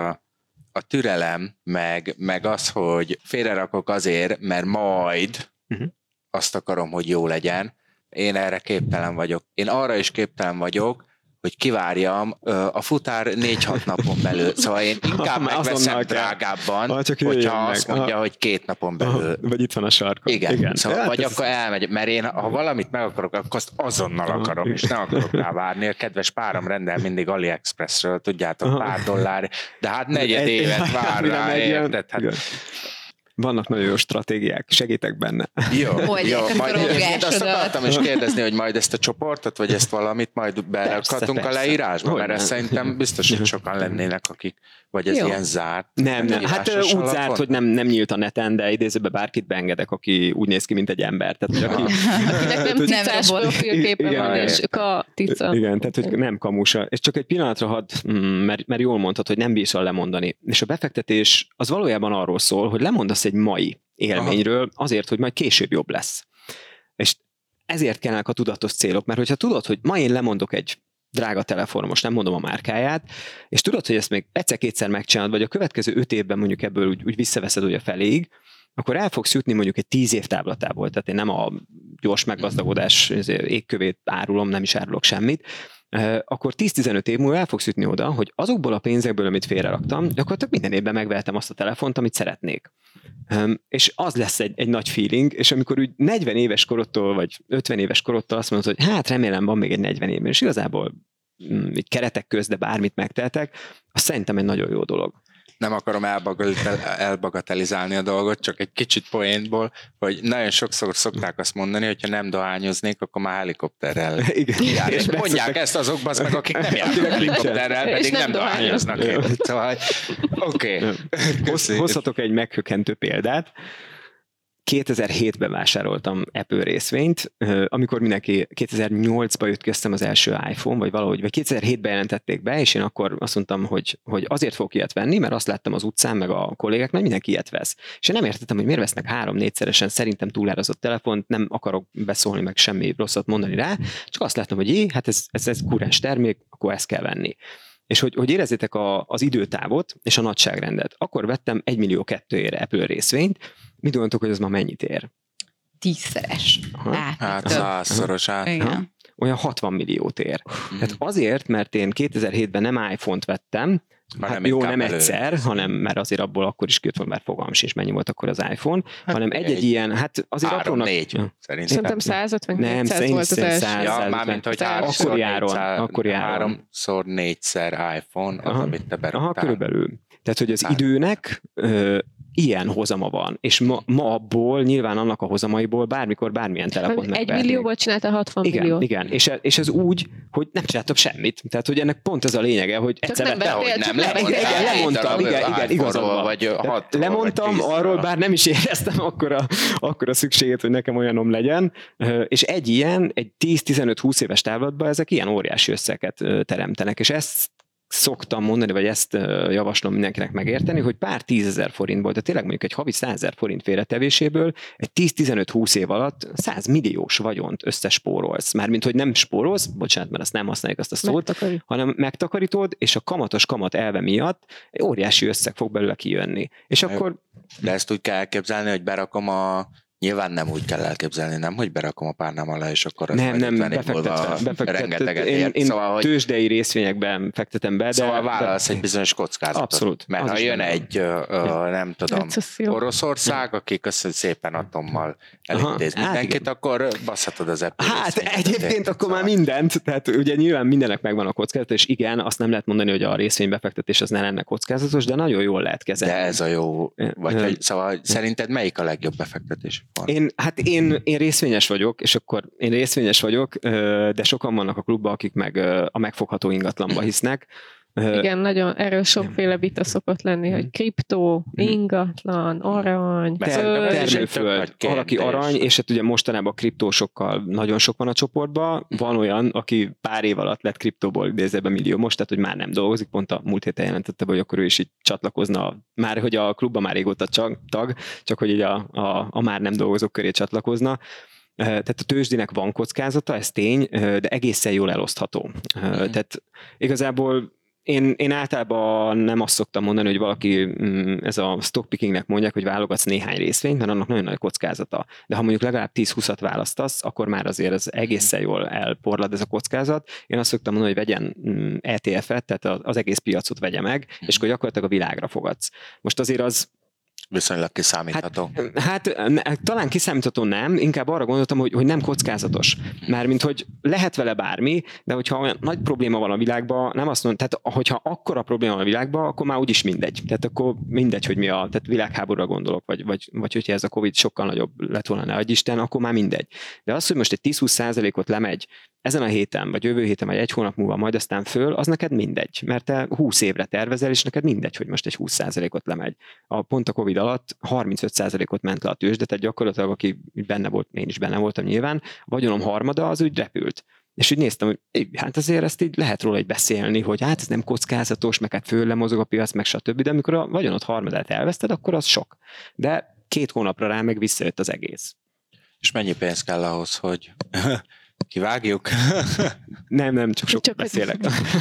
a türelem, meg az, hogy félrerakok azért, mert majd azt akarom, hogy jó legyen, én erre képtelen vagyok. Én arra is képtelen vagyok, hogy kivárjam a futár 4-6 napon belül. Szóval én inkább megveszem drágábban, hogyha azt mondja, hogy 2 napon belül. Vagy itt van a sarkon. Igen. Szóval, vagy akkor elmegy, mert én, ha valamit meg akarok, akkor azt azonnal akarom, és nem akarok rá várni. A kedves párom rendel mindig AliExpressről, tudjátok, pár dollár, de hát 4 évet vár rá, érted? Hát, vannak nagyon jó stratégiák, segítek benne. Jó, majd egyébként azt akartam is kérdezni, hogy majd ezt a csoportot, vagy ezt valamit majd berakhatunk a leírásba, mert ezt szerintem biztos, hogy sokan lennének, akik, vagy ez ilyen zárt. Nem. Hát úgy zárt, hogy nem nyílt a neten, de idézőben bárkit beengedek, aki úgy néz ki, mint egy ember. Tehát, akinek nem ticás profilképe van, és tica. Igen, tehát hogy nem kamusa. És csak egy pillanatra mert jól mondtad, hogy nem bírsz lemondani. És a befektetés az valójában arról szól, hogy lemondasz egy mai élményről azért, hogy majd később jobb lesz. És ezért kellene a tudatos célok, mert hogyha tudod, hogy ma én lemondok egy drága telefon, most nem mondom a márkáját, és tudod, hogy ezt még egyszer-kétszer megcsinálod, vagy a következő 5 évben mondjuk ebből úgy visszaveszed ugye feléig, akkor el fogsz jutni mondjuk egy 10 év távlatából, tehát én nem a gyors meggazdagodás égkövét árulom, nem is árulok semmit, akkor 10-15 év múlva el fogsz jutni oda, hogy azokból a pénzekből, amit félreraktam, akkor minden évben megvehetem azt a telefont, amit szeretnék. És az lesz egy nagy feeling, és amikor úgy 40 éves korodtól, vagy 50 éves korodtól azt mondod, hogy hát remélem van még egy 40 évben, és igazából így keretek közt, de bármit megteltek, az szerintem egy nagyon jó dolog. Nem akarom elbagatelizálni a dolgot, csak egy kicsit poénból, hogy nagyon sokszor szokták azt mondani, hogyha nem dohányoznék, akkor már helikopterrel járni. Mondják ezt azok meg, akik nem járnak helikopterrel, pedig nem dohányoznak. Szóval, oké. Hozhatok egy meghökkentő példát. 2007-ben vásároltam Apple részvényt, amikor mindenki 2008-ban jött köztem az első iPhone, vagy valahogy, vagy 2007-ben jelentették be, és én akkor azt mondtam, hogy azért fogok ilyet venni, mert azt láttam az utcán, meg a kollégák, mert mindenki ilyet vesz. És én nem értettem, hogy miért vesznek 3-4-szeresen szerintem túlárazott telefont, nem akarok beszólni, meg semmi rosszat mondani rá, csak azt láttam, hogy hát ez kurens termék, akkor ezt kell venni. És hogy érezzétek az időtávot és a nagyságrendet. Akkor vettem 1,2 millió Apple részvényt. Mit gondoltok, hogy az ma mennyit ér? 10-szeres. Hát 100-szoros át. Igen. olyan 60 milliót ér. Tehát azért, mert én 2007-ben nem iPhone-t vettem, hát jó, nem egyszer, hanem mert azért abból akkor is kijött volna, mert fogalmam sincs, mennyi volt akkor az iPhone, hát hanem egy ilyen, hát azért aprónak... 3-4 szerintem 150 nem, 200 volt az első. Ja, mármint, hogy akkori áron. 3x4-szer iPhone, az, amit te beraktál. Aha, körülbelül. Tehát, hogy az időnek ilyen hozama van, és ma abból, nyilván annak a hozamaiból bármikor bármilyen telefont megvernék. 1 millióból csinálta 60 milliót. Igen, és ez úgy, hogy nem csináltam semmit. Tehát, hogy ennek pont ez a lényege, hogy egyszer lemondtam, igen, igazam vagy. Lemondtam arról, bár nem is éreztem akkora szükséget, hogy nekem olyanom legyen, és egy 10-15-20 éves távlatban ezek ilyen óriási összeget teremtenek, és ezt szoktam mondani, vagy ezt javaslom mindenkinek megérteni, hogy pár 10 000 forintból, tehát tényleg mondjuk egy havi 100 000 forint félretevéséből egy 10-15-20 év alatt 100 milliós vagyont összespórolsz. Mármint, hogy nem spórolsz, bocsánat, mert azt nem használjuk azt a szót, hanem megtakarítod, és a kamatos kamat elve miatt egy óriási összeg fog belőle kijönni. És akkor... De ezt úgy kell elképzelni, hogy berakom Nyilván nem úgy kell elképzelni, nem, hogy berakom a párnám alá, és akkor az nem, befektetve. Én szóval, tőzsdei részvényekben fektetem be, de... Szóval vállalsz egy bizonyos kockázatot. Abszolút. Mert ha jön egy, nem tudom, Oroszország, aki köszönjük szépen atommal elintéz mindenkit, akkor basszhatod az Apple részvényeket. Egyébként akkor már mindent, tehát ugye nyilván mindennek megvan a kockázata, és igen, azt nem lehet mondani, hogy a részvénybefektetés az ne lenne kockázatos, de nagyon jól lehet kezelni. De ez a jó, vagy szóval szerinted melyik a legjobb befektetés? Én részvényes vagyok, és akkor én részvényes vagyok, de sokan vannak a klubban, akik meg a megfogható ingatlanba hisznek. Igen, nagyon erről sokféle vita szokott lenni, hogy kriptó, ingatlan, arany, termőföld, valaki arany, és hát ugye mostanában a kriptósokkal nagyon sok van a csoportban, van olyan, aki pár év alatt lett kriptóból idézve millió most, tehát hogy már nem dolgozik, pont a múlt héten jelentette, hogy akkor ő is így csatlakozna, már hogy a klubban már régóta tag, csak hogy így a már nem dolgozók köré csatlakozna. Tehát a tőzsdének van kockázata, ez tény, de egészen jól elosztható. Tehát igazából én általában nem azt szoktam mondani, hogy valaki, ez a stockpickingnek mondják, hogy válogatsz néhány részvényt, mert annak nagyon nagy kockázata. De ha mondjuk legalább 10-20-at választasz, akkor már azért ez egészen jól elporlad ez a kockázat. Én azt szoktam mondani, hogy vegyen ETF-et, tehát az egész piacot vegye meg, és akkor gyakorlatilag a világra fogadsz. Most azért az viszonylag kiszámítható. Hát talán kiszámítható nem, inkább arra gondoltam, hogy nem kockázatos. Mármint, hogy lehet vele bármi, de hogyha olyan nagy probléma van a világban, nem azt mondom, tehát hogyha akkora probléma van a világban, akkor már úgyis mindegy. Tehát akkor mindegy, hogy mi tehát világháborúra gondolok, vagy hogyha ez a Covid sokkal nagyobb lett volna, ne adj Isten, akkor már mindegy. De az, hogy most egy 10-20%-ot lemegy ezen a héten, vagy jövő héten, vagy egy hónap múlva, majd aztán föl, az neked mindegy, mert te 20 évre tervezel, és neked mindegy, hogy most egy 20%-ot lemegy. Pont a Covid alatt 35%-ot ment le a tőzsde, tehát gyakorlatilag, aki benne volt, én is benne voltam nyilván, a vagyonom harmada az úgy repült. És úgy néztem, hogy hát azért ezt így lehet róla beszélni, hogy hát ez nem kockázatos, meg hát föl lemozog a piac, meg stb. De amikor a vagyonod harmadát elveszted, akkor az sok. De 2 hónapra rá meg visszajött az egész. És mennyi pénz kell ahhoz, hogy kivágjuk? Nem, csak beszélek.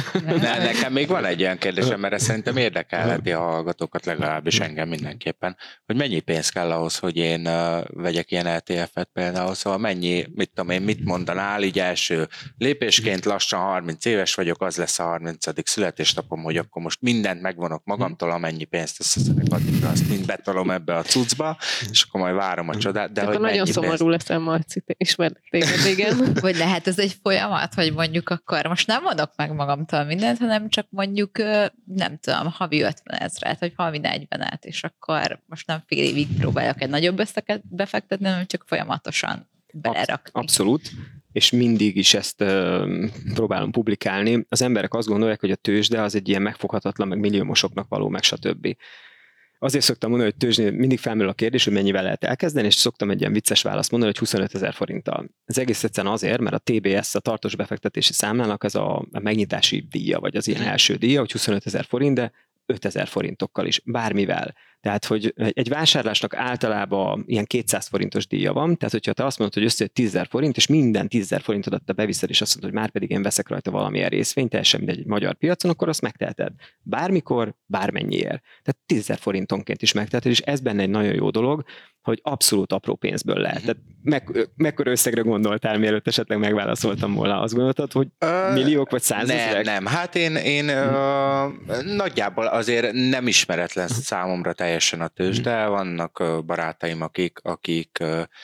Nekem még van egy olyan kérdésem, mert ez szerintem érdekelheti a hallgatókat, legalábbis engem mindenképpen, hogy mennyi pénz kell ahhoz, hogy én vegyek ilyen ETF-et például, szóval mennyi, mit mondanál, így első lépésként, lassan 30 éves vagyok, az lesz a 30. születésnapom, hogy akkor most mindent megvonok magamtól, amennyi pénzt összeszedek addigra, azt mind betolom ebbe a cuccba, és akkor majd várom a csodát. De akkor nagyon szomorú leszem, Marci, ismerlek téged, igen. Vagy lehet ez egy folyamat, hogy mondjuk akkor most nem mondok meg magamtól mindent, hanem csak mondjuk, nem tudom, havi 50 000, vagy havi 40-et, és akkor most nem fél évig próbálok egy nagyobb összeget befektetni, hanem csak folyamatosan belerakni. Abszolút, és mindig is ezt próbálom publikálni. Az emberek azt gondolják, hogy a tőzsde az egy ilyen megfoghatatlan, meg milliómosoknak való, meg stb. Azért szoktam mondani, hogy tőzsdén mindig felmerül a kérdés, hogy mennyivel lehet elkezdeni, és szoktam egy ilyen vicces választ mondani, hogy 25 000 forinttal. Ez egész egyszerűen azért, mert a TBS, a tartós befektetési számlának ez a megnyitási díja, vagy az ilyen első díja, hogy 25 000 forint, de 5 000 forintokkal is, bármivel. Tehát, hogy egy vásárlásnak általában ilyen 200 forintos díja van, tehát hogyha te azt mondod, hogy összejött 10 000 forint, és minden 10 000 forintodat te beviszed, és azt mondod, hogy már pedig én veszek rajta valamilyen részvényt, teljesen mindegy egy magyar piacon, akkor azt megteheted. Bármikor, bármennyiért. Tehát 10 000 forintonként is megteheted, és ez benne egy nagyon jó dolog, hogy abszolút apró pénzből lehet. Tehát mekkora összegre gondoltál, mielőtt esetleg megválaszoltam volna? Azt gondoltad, hogy milliók vagy százezrek? Nem. Hát én nagyjából azért nem ismeretlen számomra teljesen a tőzsde. Vannak barátaim, akik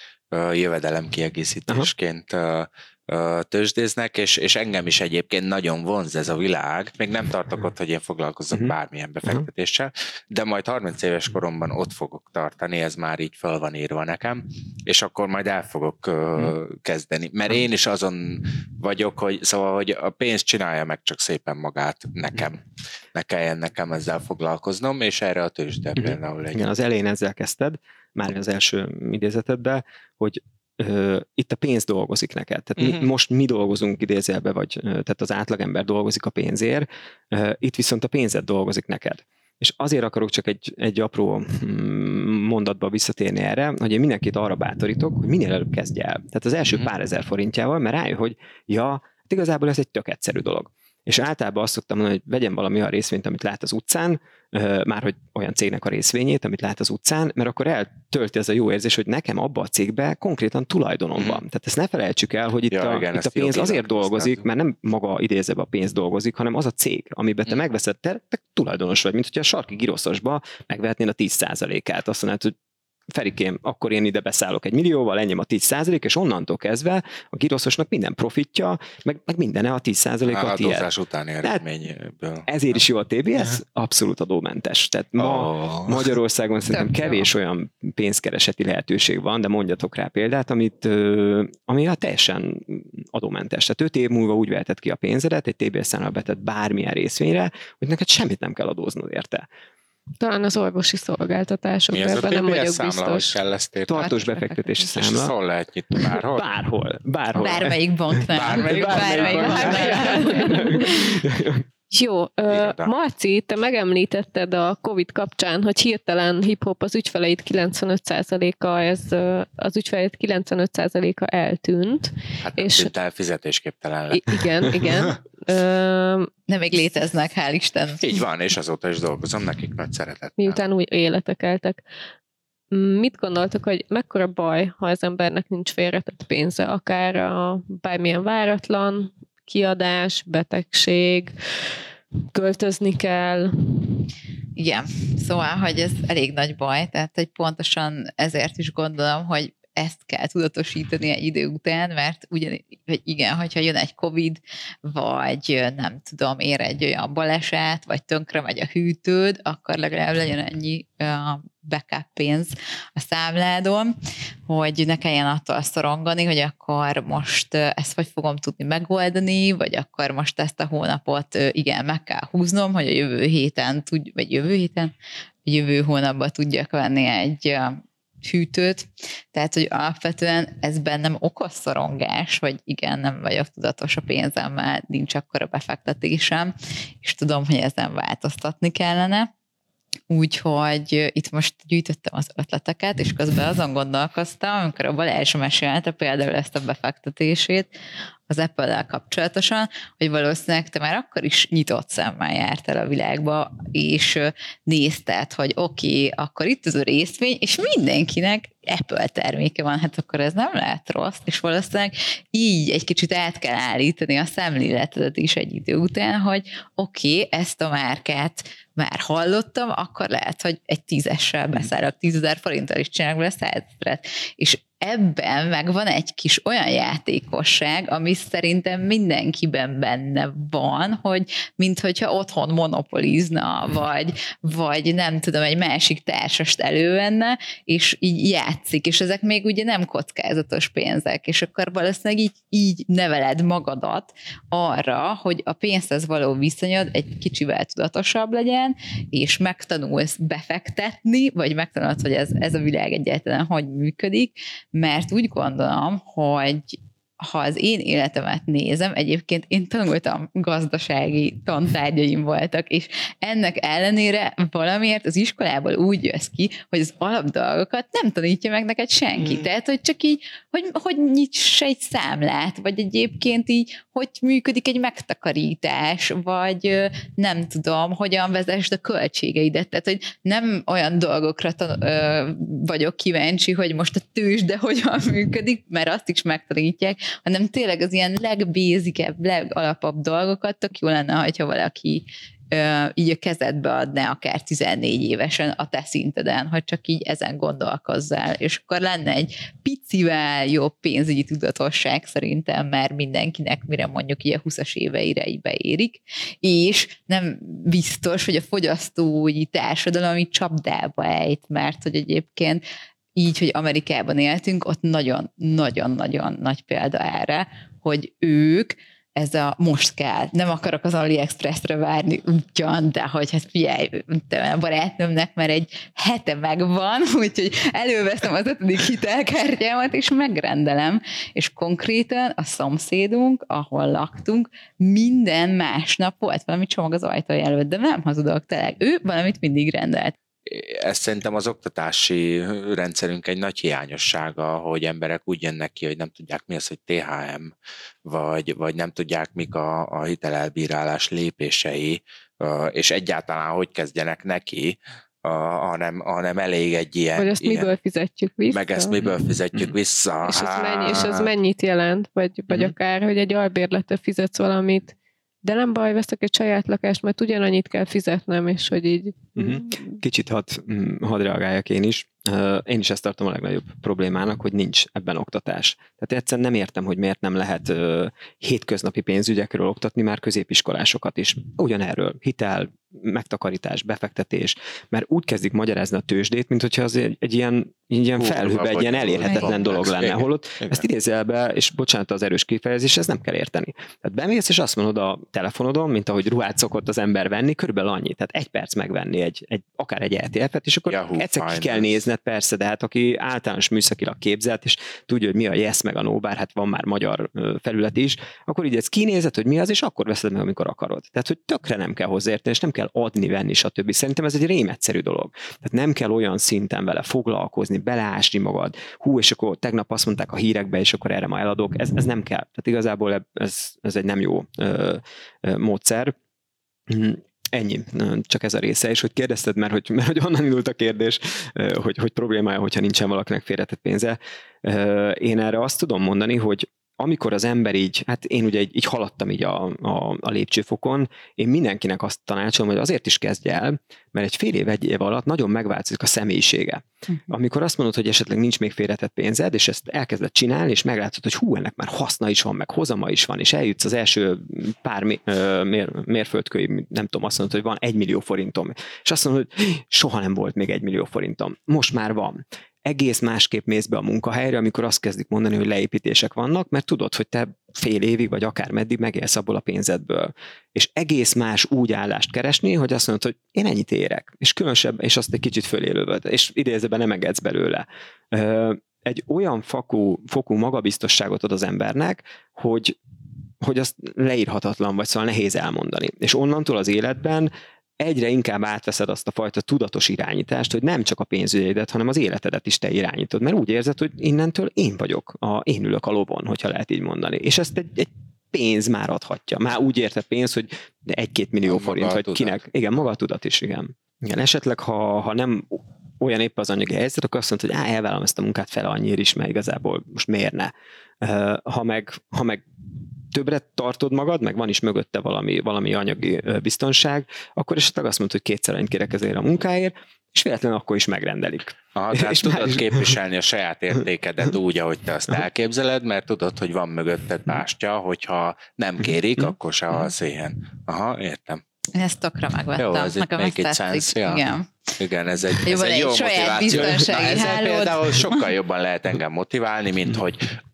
jövedelemkiegészítésként tőzsdéznek, és engem is egyébként nagyon vonz ez a világ. Még nem tartok ott, hogy én foglalkozzak bármilyen befektetéssel, de majd 30 éves koromban ott fogok tartani, ez már így fel van írva nekem, és akkor majd el fogok kezdeni. Mert én is azon vagyok, hogy a pénz csinálja meg csak szépen magát nekem. Ne kelljen nekem ezzel foglalkoznom, és erre a tőzsde például egy. Igen, az elején ezzel kezdted, már az első idézetedben, hogy itt a pénz dolgozik neked. Tehát most mi dolgozunk idézőjelben, vagy tehát az átlagember dolgozik a pénzért, itt viszont a pénzed dolgozik neked. És azért akarok csak egy apró mondatba visszatérni erre, hogy én mindenkit arra bátorítok, hogy minél előbb kezdj el. Tehát az első pár ezer forintjával, mert rájön, hogy hát igazából ez egy tök egyszerű dolog. És általában azt szoktam mondani, hogy vegyen valami olyan részvényt, amit lát az utcán, már hogy olyan cégnek a részvényét, amit lát az utcán, mert akkor eltölti ez a jó érzés, hogy nekem abba a cégbe konkrétan tulajdonom van. Tehát ezt ne felejtsük el, hogy itt a pénz azért dolgozik, mert nem maga idézőben a pénz dolgozik, hanem az a cég, amiben te megveszed, te tulajdonos vagy, mint hogyha a sarki giroszosba megvehetnél a 10%-át. Azt mondod, hogy Ferikém, akkor én ide beszállok 1 millióval, ennyi a 10%, és onnantól kezdve a giroszosnak minden profitja, meg mindene a 10%-a tiéd. Adózás utáni eredményből. Ezért is jó a TBS, abszolút adómentes. Tehát ma Magyarországon szerintem kevés olyan pénzkereseti lehetőség van, de mondjatok rá példát, ami teljesen adómentes. Tehát 5 év múlva úgy veheted ki a pénzedet, egy TBS számlára betett bármilyen részvényre, hogy neked semmit nem kell adóznod érte. Talán az orvosi szolgáltatások, ebben nem vagyok biztos. Tartós befektetési számla. És hol lehet nyitni? Bárhol? Bárhol. Bármelyik banknál. Bármelyik banknál. Jó, Marci, te megemlítetted a Covid kapcsán, hogy hirtelen hip-hop az ügyfeleid 95%-a, az ügyfeleid 95%-a eltűnt. Hát nem tűnt el, fizetésképtelen lett. Igen. Nem még léteznek, hál' Isten. Így van, és azóta is dolgozom nekik nagy szeretettel. Miután új életek eltek. Mit gondoltok, hogy mekkora baj, ha az embernek nincs félretett pénze, akár a bármilyen váratlan kiadás, betegség, költözni kell? Igen, szóval, hogy ez elég nagy baj, tehát hogy pontosan ezért is gondolom, hogy ezt kell tudatosítani egy idő után, mert igen, hogyha jön egy Covid, vagy nem tudom, ér egy olyan baleset, vagy tönkre megy a hűtőd, akkor legalább legyen ennyi backup pénz a számládon, hogy ne kelljen attól szorongani, hogy akkor most ezt vagy fogom tudni megoldani, vagy akkor most ezt a hónapot igen, meg kell húznom, hogy a jövő hónapban tudjak venni egy hűtőt, tehát, hogy alapvetően ez bennem okoz szorongás, hogy igen, nem vagyok tudatos a pénzemmel, nincs akkora befektetésem, és tudom, hogy ezen változtatni kellene. Úgyhogy itt most gyűjtöttem az ötleteket, és közben azon gondolkoztam, amikor a Balázs mesélte például ezt a befektetését az Apple-lel kapcsolatosan, hogy valószínűleg te már akkor is nyitott szemmel jártál a világba, és nézted, hogy oké, akkor itt az a részvény, és mindenkinek Apple terméke van, hát akkor ez nem lehet rossz, és valószínűleg így egy kicsit át kell állítani a szemléletedet is egy idő után, hogy oké, ezt a márkát már hallottam, akkor lehet, hogy egy 10-essel beszállok, 10 000 forinttal is csinálok be 100 000-et. És ebben meg van egy kis olyan játékosság, ami szerintem mindenkiben benne van, hogy minthogyha otthon monopolizna, vagy nem tudom, egy másik társast elővenne, és így játszik, és ezek még ugye nem kockázatos pénzek, és akkor valószínűleg így neveled magadat arra, hogy a pénzhez való viszonyod egy kicsivel tudatosabb legyen, és megtanulsz befektetni, vagy megtanulod, hogy ez a világ egyáltalán hogy működik, mert úgy gondolom, hogy ha az én életemet nézem, egyébként én tanultam, gazdasági tantárgyaim voltak, és ennek ellenére valamiért az iskolából úgy jössz ki, hogy az alapdolgokat nem tanítja meg neked senki. Tehát, hogy csak így, hogy nyits egy számlát, vagy egyébként így, hogy működik egy megtakarítás, vagy nem tudom, hogyan vezesd a költségeidet. Tehát, hogy nem olyan dolgokra vagyok kíváncsi, hogy most a tőzsde hogyan működik, mert azt is megtanítják, hanem tényleg az ilyen legbézikebb, legalapabb dolgokat tök jó lenne, hogyha valaki így a kezedbe adná akár 14 évesen a te szinteden, hogy csak így ezen gondolkozzál, és akkor lenne egy picivel jobb pénzügyi tudatosság szerintem már mindenkinek, mire mondjuk így a 20-as éveire így beérik, és nem biztos, hogy a fogyasztói társadalom így csapdába ejt, mert hogy egyébként így, hogy Amerikában éltünk, ott nagyon-nagyon-nagyon nagy példa erre, hogy ők ez a most kell, nem akarok az AliExpressre várni ugyan, de hogy hát figyelj, a barátnőmnek már egy hete megvan, úgyhogy előveszem az 5. hitelkártyámat, és megrendelem. És konkrétan a szomszédunk, ahol laktunk, minden másnap volt valami csomag az ajtója előtt, de nem hazudok, tényleg. Ő valamit mindig rendelt. Ez szerintem az oktatási rendszerünk egy nagy hiányossága, hogy emberek úgy jönnek ki, hogy nem tudják mi az, hogy THM, vagy nem tudják mik a hitelelbírálás lépései, és egyáltalán hogy kezdjenek neki, hanem elég egy ilyen... Vagy ezt miből fizetjük vissza. Meg ezt miből fizetjük vissza. És ez mennyit jelent? Vagy akár, hogy egy albérletre fizetsz valamit, de nem baj, veszek egy saját lakást, mert ugyanannyit kell fizetnem, és hogy így... Kicsit hadd reagáljak én is. Én is ezt tartom a legnagyobb problémának, hogy nincs ebben oktatás. Tehát egyszerűen nem értem, hogy miért nem lehet hétköznapi pénzügyekről oktatni már középiskolásokat is. Ugyanerről, hitel, megtakarítás, befektetés, mert úgy kezdik magyarázni a tőzsdét, mint hogyha az egy ilyen felhőbe, egy ilyen elérhetetlen dolog lenne. Holott ezt idézelbe, és bocsánat az erős kifejezés, ez nem kell érteni. Tehát bemész, és azt mondod a telefonodon, mint ahogy ruhát szokott az ember venni, körülbelül annyi. Tehát 1 perc megvenni akár egy ETF-et, és akkor egyszer ki kell nézned, persze, de hát aki általános műszakilag képzelt, és tudja, hogy mi a Yes meg a No, bár hát van már magyar felület is, akkor így ezt kinézed, hogy mi az, és akkor veszed meg, amikor akarod. Tehát, hogy tökre nem kell hozzáérteni, és nem kell adni, venni, stb. Szerintem ez egy rémegyszerű dolog. Tehát nem kell olyan szinten vele foglalkozni, beleásni magad. És akkor tegnap azt mondták a hírekbe, és akkor erre ma eladok. Ez nem kell. Tehát igazából ez egy nem jó módszer. Ennyi, csak ez a része, és hogy kérdezted, mert hogy onnan indult a kérdés, hogy problémája, hogyha nincsen valakinek félretett pénze. Én erre azt tudom mondani, hogy amikor az ember így, hát én ugye így haladtam így a lépcsőfokon, én mindenkinek azt tanácsolom, hogy azért is kezdj el, mert egy fél év, 1 év alatt nagyon megváltozik a személyisége. Amikor azt mondod, hogy esetleg nincs még félretett pénzed, és ezt elkezded csinálni, és meglátod, hogy ennek már haszna is van, meg hozama is van, és eljutsz az első pár mérföldkőig, nem tudom, azt mondod, hogy van 1 millió forintom, és azt mondod, hogy soha nem volt még 1 millió forintom. Most már van. Egész másképp mész be a munkahelyre, amikor azt kezdik mondani, hogy leépítések vannak, mert tudod, hogy te fél évig, vagy akár meddig megélsz abból a pénzedből. És egész más úgy állást keresni, hogy azt mondod, hogy én ennyit érek, és különösebb, és azt egy kicsit fölélővöd, és idézőben nem engedsz belőle. Egy olyan fokú magabiztosságot ad az embernek, hogy azt leírhatatlan, vagy szóval nehéz elmondani. És onnantól az életben egyre inkább átveszed azt a fajta tudatos irányítást, hogy nem csak a pénzügyeidet, hanem az életedet is te irányítod, mert úgy érzed, hogy innentől én vagyok, én ülök a lovon, hogyha lehet így mondani. És ezt egy pénz már adhatja. Már úgy érte pénz, hogy 1-2 millió forint, vagy kinek. Igen, maga a tudat is, igen. Esetleg, ha nem olyan épp az anyagi helyzet, akkor azt mondod, hogy elvállom ezt a munkát fele annyiért is, mert igazából most miért ne? Ha meg többre tartod magad, meg van is mögötte valami anyagi biztonság, akkor esetleg azt mondod, hogy 2-szer annyit kérek ezért a munkáért, és véletlenül akkor is megrendelik. Tehát tudod képviselni a saját értékedet úgy, ahogy te azt elképzeled, mert tudod, hogy van mögötted bástya, hogyha nem kérik, akkor se halsz éhen. Értem. Én ezt tökre megvettem. Jó, ez nekem make it sense. Ja. Igen, ez egy jó motiváció. Ezzel például sokkal jobban lehet engem motiválni, mint hogy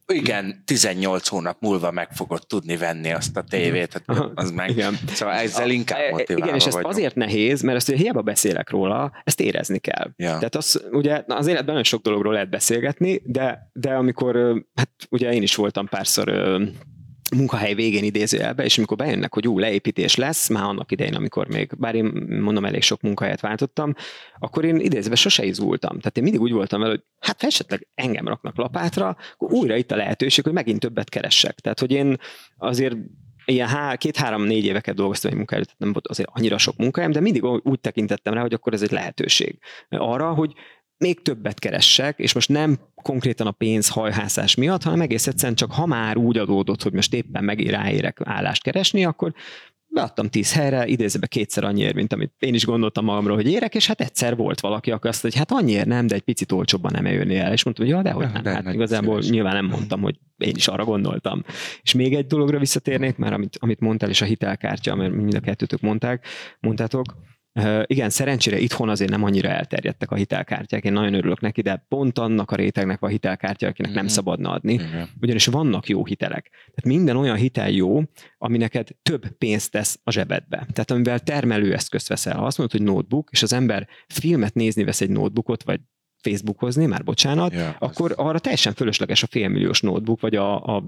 igen, 18 hónap múlva meg fogod tudni venni azt a tévét, az meg. Igen. Szóval ezzel inkább motiválva igen, és ez vagyunk. azért nehéz, mert ezt, hogy hiába beszélek róla, ezt érezni kell. Ja. Tehát ugye az életben nagyon sok dologról lehet beszélgetni, de amikor, hát ugye én is voltam párszor munkahely végén idézőjelbe, és amikor bejönnek, hogy leépítés lesz, már annak idején, amikor még, bár én mondom, elég sok munkahelyet váltottam, akkor én idézőben sose izgultam. Tehát én mindig úgy voltam vele, hogy hát ha esetleg engem raknak lapátra, akkor újra itt a lehetőség, hogy megint többet keressek. Tehát, hogy én azért ilyen 2-3-4 éveket dolgoztam egy munkáját, nem volt azért annyira sok munkahelyem, de mindig úgy tekintettem rá, hogy akkor ez egy lehetőség arra, hogy még többet keressek, és most nem konkrétan a pénzhajhászás miatt, hanem egész egyszerűen csak ha már úgy adódott, hogy most éppen ráérek állást keresni, akkor beadtam 10 helyre, idézőben 2-szer annyiért, mint amit én is gondoltam magamról, hogy érek, és hát egyszer volt valaki, aki azt mondta, hogy hát annyiért nem, de egy picit olcsóbban nem eljönni el. És mondtam, hogy ja, dehogy nem. Hát igazából nyilván nem mondtam, hogy én is arra gondoltam. És még egy dologra visszatérnék, már amit mondtál, és a hitelkártya, mert mind a kettőtök mondtátok. Igen, szerencsére itthon azért nem annyira elterjedtek a hitelkártyák, én nagyon örülök neki, de pont annak a rétegnek a hitelkártya, akinek nem szabadna adni, ugyanis vannak jó hitelek. Tehát minden olyan hitel jó, ami neked több pénzt tesz a zsebedbe. Tehát amivel termelőeszközt veszel. Ha azt mondod, hogy notebook, és az ember filmet nézni vesz egy notebookot, vagy Facebookozni, már bocsánat, akkor arra teljesen fölösleges a félmilliós notebook, vagy a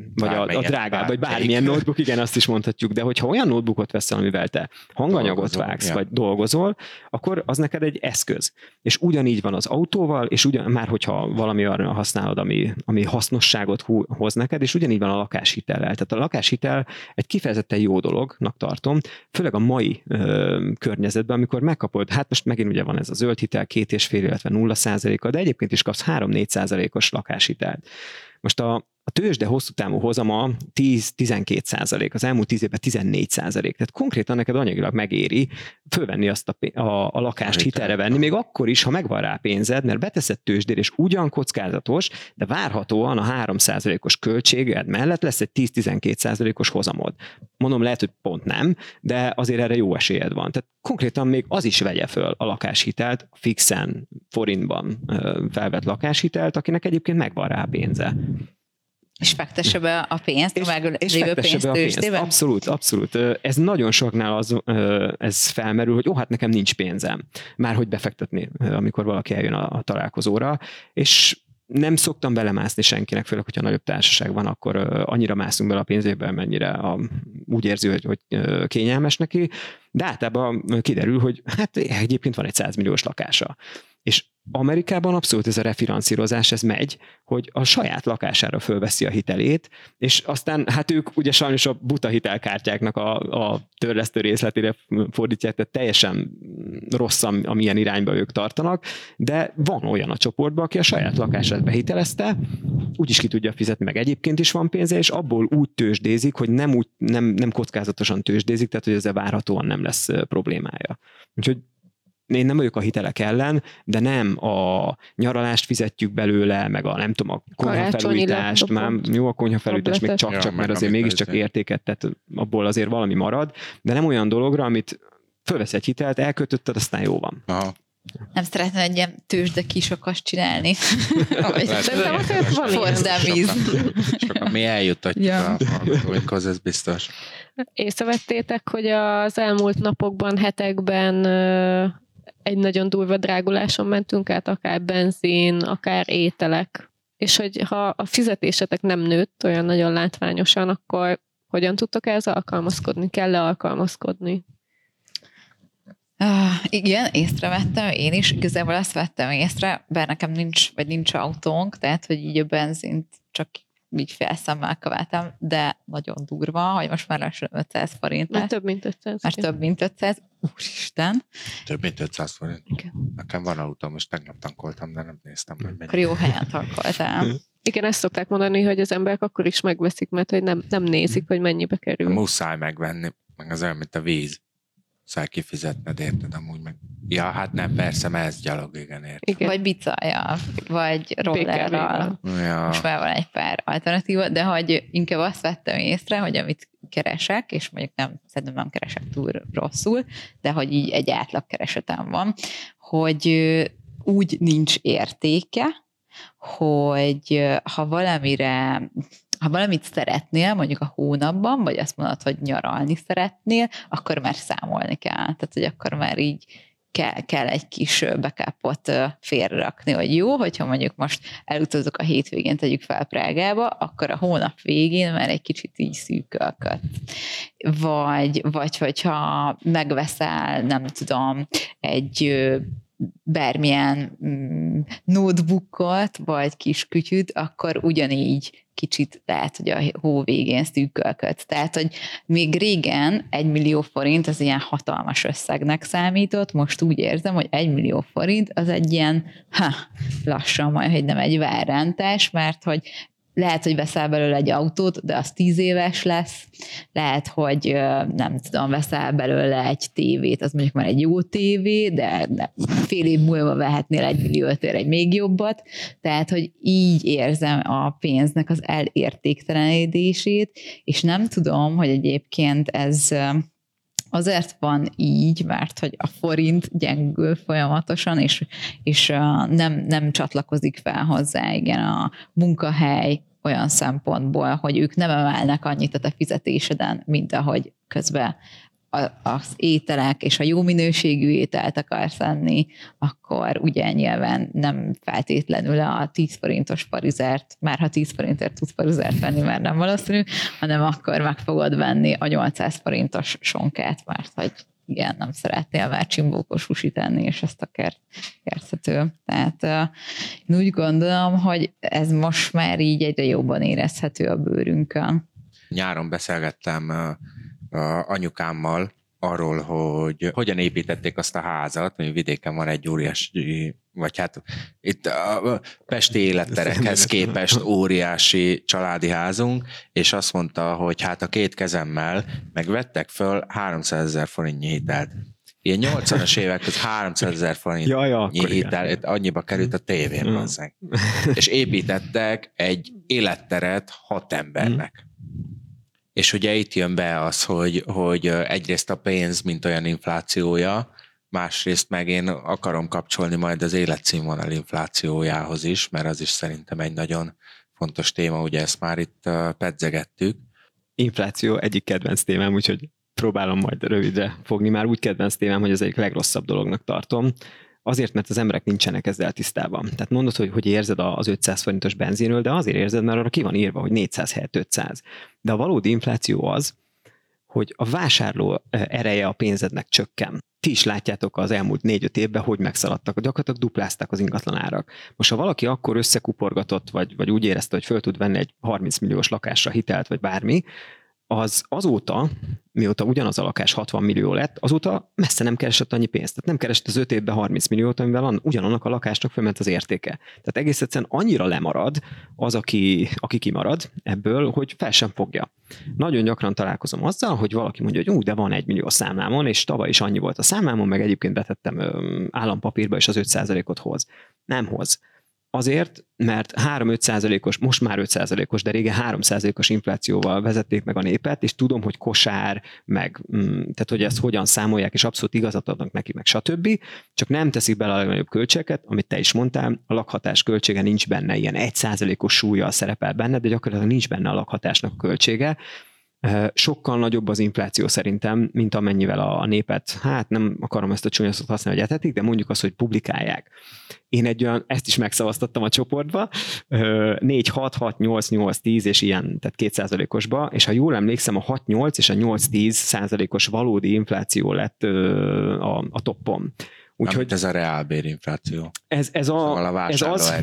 drágább, vagy bármilyen notebook, igen, azt is mondhatjuk, de hogyha olyan notebookot veszel, amivel te hanganyagot vágsz, vagy dolgozol, akkor az neked egy eszköz. És ugyanígy van az autóval, és már hogyha valami arra használod, ami hasznosságot hoz neked, és ugyanígy van a lakáshitellel. Tehát a lakáshitel egy kifejezetten jó dolognak tartom, főleg a mai környezetben, amikor megkapod, hát most megint ugye van ez a zöld hitel, 2,5, illetve 0%-a, de egyébként is kapsz 3-4%-os lakáshitelt. Most a tőzsde hosszú távú hozama 10-12%, az elmúlt 10 évben 14%. Tehát konkrétan neked anyagilag megéri fölvenni azt a lakást hitelre venni, még akkor is, ha megvan rá pénzed, mert beteszed tőzsdére, és ugyan kockázatos, de várhatóan a 3%-os költséged mellett lesz egy 10-12%-os hozamod. Mondom, lehet, hogy pont nem, de azért erre jó esélyed van. Tehát konkrétan még az is vegye föl a lakáshitelt, fixen, forintban felvett lakáshitelt, akinek egyébként megvan rá pénze. És fektesse be a pénzt, és fektesse be a pénzt. Abszolút. Ez nagyon soknál ez felmerül, hogy hát nekem nincs pénzem. Már hogy befektetni, amikor valaki eljön a találkozóra, és nem szoktam belemászni senkinek, főleg, hogyha nagyobb társaság van, akkor annyira mászunk bele a pénzébe, mennyire úgy érzi, hogy kényelmes neki, de általában kiderül, hogy hát egyébként van egy 100 milliós lakása. És Amerikában abszolút ez a refinanszírozás, ez megy, hogy a saját lakására fölveszi a hitelét, és aztán hát ők ugye sajnos a buta hitelkártyáknak a törlesztő részletére fordítják, tehát teljesen rossz, amilyen irányba ők tartanak, de van olyan a csoportban, aki a saját lakását behitelezte, úgyis ki tudja fizetni, meg egyébként is van pénze, és abból úgy tőzsdézik, hogy nem kockázatosan tőzsdézik, tehát hogy ezzel várhatóan nem lesz problémája. Úgyhogy én nem vagyok a hitelek ellen, de nem a nyaralást fizetjük belőle, meg a nem tudom, a konyhafelújítást, már jó a konyhafelújítás még csak, mert azért mégiscsak értéket, tehát abból azért valami marad, de nem olyan dologra, amit fölvesz egy hitelt, elköltötted, aztán jó van. Aha. Nem szeretne egy ilyen tőzsde kisokast csinálni. Szerintem azért van Fordám-víz. És akkor mi eljutatjuk a hallgatóinkhoz, ez biztos. Észrevettétek, hogy az elmúlt napokban, hetekben egy nagyon durva dráguláson mentünk át, akár benzin, akár ételek, és hogy ha a fizetésetek nem nőtt olyan nagyon látványosan, akkor hogyan tudtok ehhez alkalmazkodni? Kell-e alkalmazkodni? Igen, észrevettem, én is igazából azt vettem észre, bár nekem nincs autónk, tehát hogy így a benzint csak így felszemmel követem, de nagyon durva, hogy most már lassan 500 forint lesz. Már több mint 500. Már több mint 500. Úristen. Több mint 500 forint. Igen. Nekem van autóm, most tegnap tankoltam, de nem néztem, hogy mennyi. Akkor jó helyen tankoltál. Igen, ezt szokták mondani, hogy az emberek akkor is megveszik, mert hogy nem nézik, hogy mennyibe kerül. Muszáj megvenni, meg az olyan, mint a víz. Muszáj kifizetned, érted amúgy meg. Ja, hát nem, persze, mert ez gyalog, igen, érted. Igen. Vagy bicajjal, vagy rollerral. Ja. Most már van egy pár alternatíva, de hogy inkább azt vettem észre, hogy amit keresek, és mondjuk szerintem nem keresek túl rosszul, de hogy így egy átlagkeresetem van, hogy úgy nincs értéke, hogy ha valamit szeretnél, mondjuk a hónapban, vagy azt mondod, hogy nyaralni szeretnél, akkor már számolni kell. Tehát, hogy akkor már így kell egy kis backupot félrerakni, hogy jó, hogyha mondjuk most elutazok a hétvégén, tegyük fel Prágába, akkor a hónap végén már egy kicsit így szűkölköd. Vagy hogyha megveszel, nem tudom, egy bármilyen notebookot, vagy kis kütyüt, akkor ugyanígy kicsit lehet, hogy a hó végén szűkölköd. Tehát, hogy még régen 1 millió forint az ilyen hatalmas összegnek számított, most úgy érzem, hogy 1 millió forint az egy ilyen, lassan majd, hogy nem egy várrántás, mert hogy lehet, hogy veszel belőle egy autót, de az 10 éves lesz. Lehet, hogy nem tudom, veszel belőle egy tévét, az mondjuk már egy jó tévé, de fél év múlva vehetnél 1 milliótért egy még jobbat. Tehát, hogy így érzem a pénznek az elértéktelenedését, és nem tudom, hogy egyébként ez azért van így, mert hogy a forint gyengül folyamatosan, és nem csatlakozik fel hozzá, igen, a munkahely olyan szempontból, hogy ők nem emelnek annyit a te fizetéseden, mint ahogy közben az ételek és a jó minőségű ételt akarsz enni, akkor ugye nyilván nem feltétlenül a 10 forintos parizert, már ha 10 forintért tudsz parizert venni, mert nem valószínű, hanem akkor meg fogod venni a 800 forintos sonkát, mert hogy igen, nem szeretnél már csimbókos susit enni, és ezt a kerthető. Tehát én úgy gondolom, hogy ez most már így egyre jobban érezhető a bőrünkön. Nyáron beszélgettem anyukámmal arról, hogy hogyan építették azt a házat, hogy vidéken van egy óriási, vagy hát itt a pesti életterekhez képest óriási családi házunk, és azt mondta, hogy hát a 2 kezemmel megvettek föl 300 000 forintnyi hitelt. Ilyen 80-as évek között 300 000 forintnyi hitel, annyiba került a tévén, hozzánk. És építettek egy életteret 6 embernek. És ugye itt jön be az, hogy egyrészt a pénz, mint olyan inflációja, másrészt meg én akarom kapcsolni majd az életszínvonal inflációjához is, mert az is szerintem egy nagyon fontos téma, ugye ezt már itt pedzegettük. Infláció egyik kedvenc témám, úgyhogy próbálom majd rövidre fogni. Már úgy kedvenc témám, hogy az egyik legrosszabb dolognak tartom. Azért, mert az emberek nincsenek ezzel tisztában. Tehát mondod, hogy érzed az 500 forintos benzinről, de azért érzed, mert arra ki van írva, hogy 400 helyett 500. De a valódi infláció az, hogy a vásárló ereje a pénzednek csökken. Ti is látjátok az elmúlt 4-5 évben, hogy megszaladtak, gyakorlatilag dupláztak az ingatlan árak. Most ha valaki akkor összekuporgatott, vagy úgy érezte, hogy föl tud venni egy 30 milliós lakásra hitelt, vagy bármi, az azóta, mióta ugyanaz a lakás 60 millió lett, azóta messze nem keresett annyi pénzt. Tehát nem keresett az 5 évben 30 milliót, amivel ugyanannak a lakásnak fölment az értéke. Tehát egész egyszerűen annyira lemarad az, aki kimarad ebből, hogy fel sem fogja. Nagyon gyakran találkozom azzal, hogy valaki mondja, hogy de van 1 millió számlámon, és tavaly is annyi volt a számlámon, meg egyébként betettem állampapírba, és az 5%-ot hoz. Nem hoz. Azért, mert 3-5%-os, most már 5%-os, de régen 3%-os inflációval vezették meg a népet, és tudom, hogy kosár, tehát hogy ezt hogyan számolják, és abszolút igazat adnak neki, meg stb. Csak nem teszik bele a legnagyobb költségeket, amit te is mondtál, a lakhatás költsége nincs benne, ilyen 1%-os súllyal szerepel benne, de gyakorlatilag nincs benne a lakhatásnak a költsége. Sokkal nagyobb az infláció szerintem, mint amennyivel a népet, hát nem akarom ezt a csúnya szót használni, hogy etetik, de mondjuk azt, hogy publikálják. Én ezt is megszavaztattam a csoportba, 4-6-6-8-8-10 és ilyen, tehát 2%-osba, és ha jól emlékszem, a 6-8 és a 8-10%-os valódi infláció lett a toppon. Úgyhogy ez a reálbérinfláció. Ez az,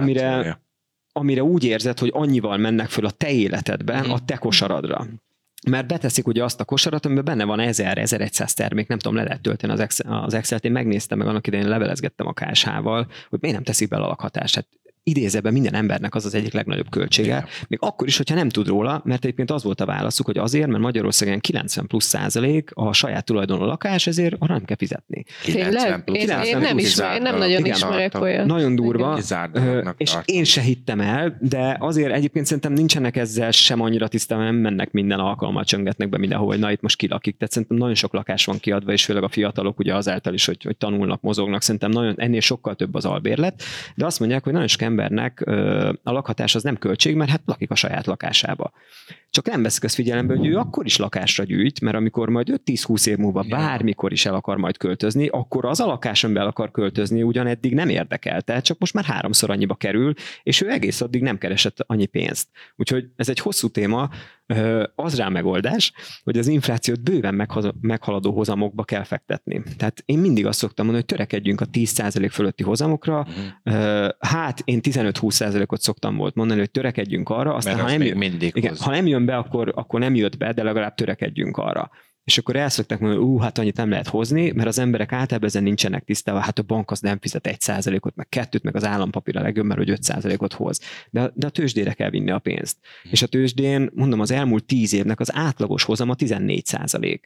amire úgy érzed, hogy annyival mennek föl a te életedben, a te kosaradra. Mert beteszik ugye azt a kosarat, amiben benne van 1000-1100 termék, nem tudom, le lehet tölteni az Excel-t. Én megnéztem meg annak idején, levelezgettem a KSH-val, hogy miért nem teszik bele a lakhatást. Hát idézőben minden embernek az egyik legnagyobb költsége. Igen. Még akkor is, hogyha nem tud róla, mert egyébként az volt a válaszuk, hogy azért, mert Magyarországon 90+% a saját tulajdonú lakás, ezért arra nem kell fizetni. Tényleg? Én nem nagyon ismerek olyan. Nagyon durva, és én se hittem el, de azért egyébként szerintem nincsenek ezzel sem annyira tisztában, nem mennek minden alkalommal, csöngetnek be mindenhol, hogy na itt most kilakik. Tehát szerintem nagyon sok lakás van kiadva, és főleg a fiatalok ugye azáltal is, hogy tanulnak, mozognak, szerintem ennél sokkal több az albérlet, de azt mondják, hogy nagyon sok embernek a lakhatás az nem költség, mert hát lakik a saját lakásába. Csak nem veszik azt figyelembe, hogy ő akkor is lakásra gyűjt, mert amikor majd 5-10-20 év múlva bármikor is el akar majd költözni, akkor az a lakás, amiben el akar költözni, ugyan eddig nem érdekelte, csak most már 3-szor annyiba kerül, és ő egész addig nem keresett annyi pénzt. Úgyhogy ez egy hosszú téma, az rá megoldás, hogy az inflációt bőven meghaladó hozamokba kell fektetni. Tehát én mindig azt szoktam mondani, hogy törekedjünk a 10% fölötti hozamokra, hát én 15-20%-ot szoktam volt mondani, hogy törekedjünk arra, aztán ha nem jön be, akkor nem jött be, de legalább törekedjünk arra. És akkor el szokták mondani, hogy hát annyit nem lehet hozni, mert az emberek általában ezen nincsenek tisztában, hát a bank az nem fizet 1%-ot, meg 2%, meg az állampapír a legjobb, mert hogy 5%-ot hoz. De a tőzsdére kell vinni a pénzt. És a tőzsdén, mondom, az elmúlt 10 évnek az átlagos hozama 14%.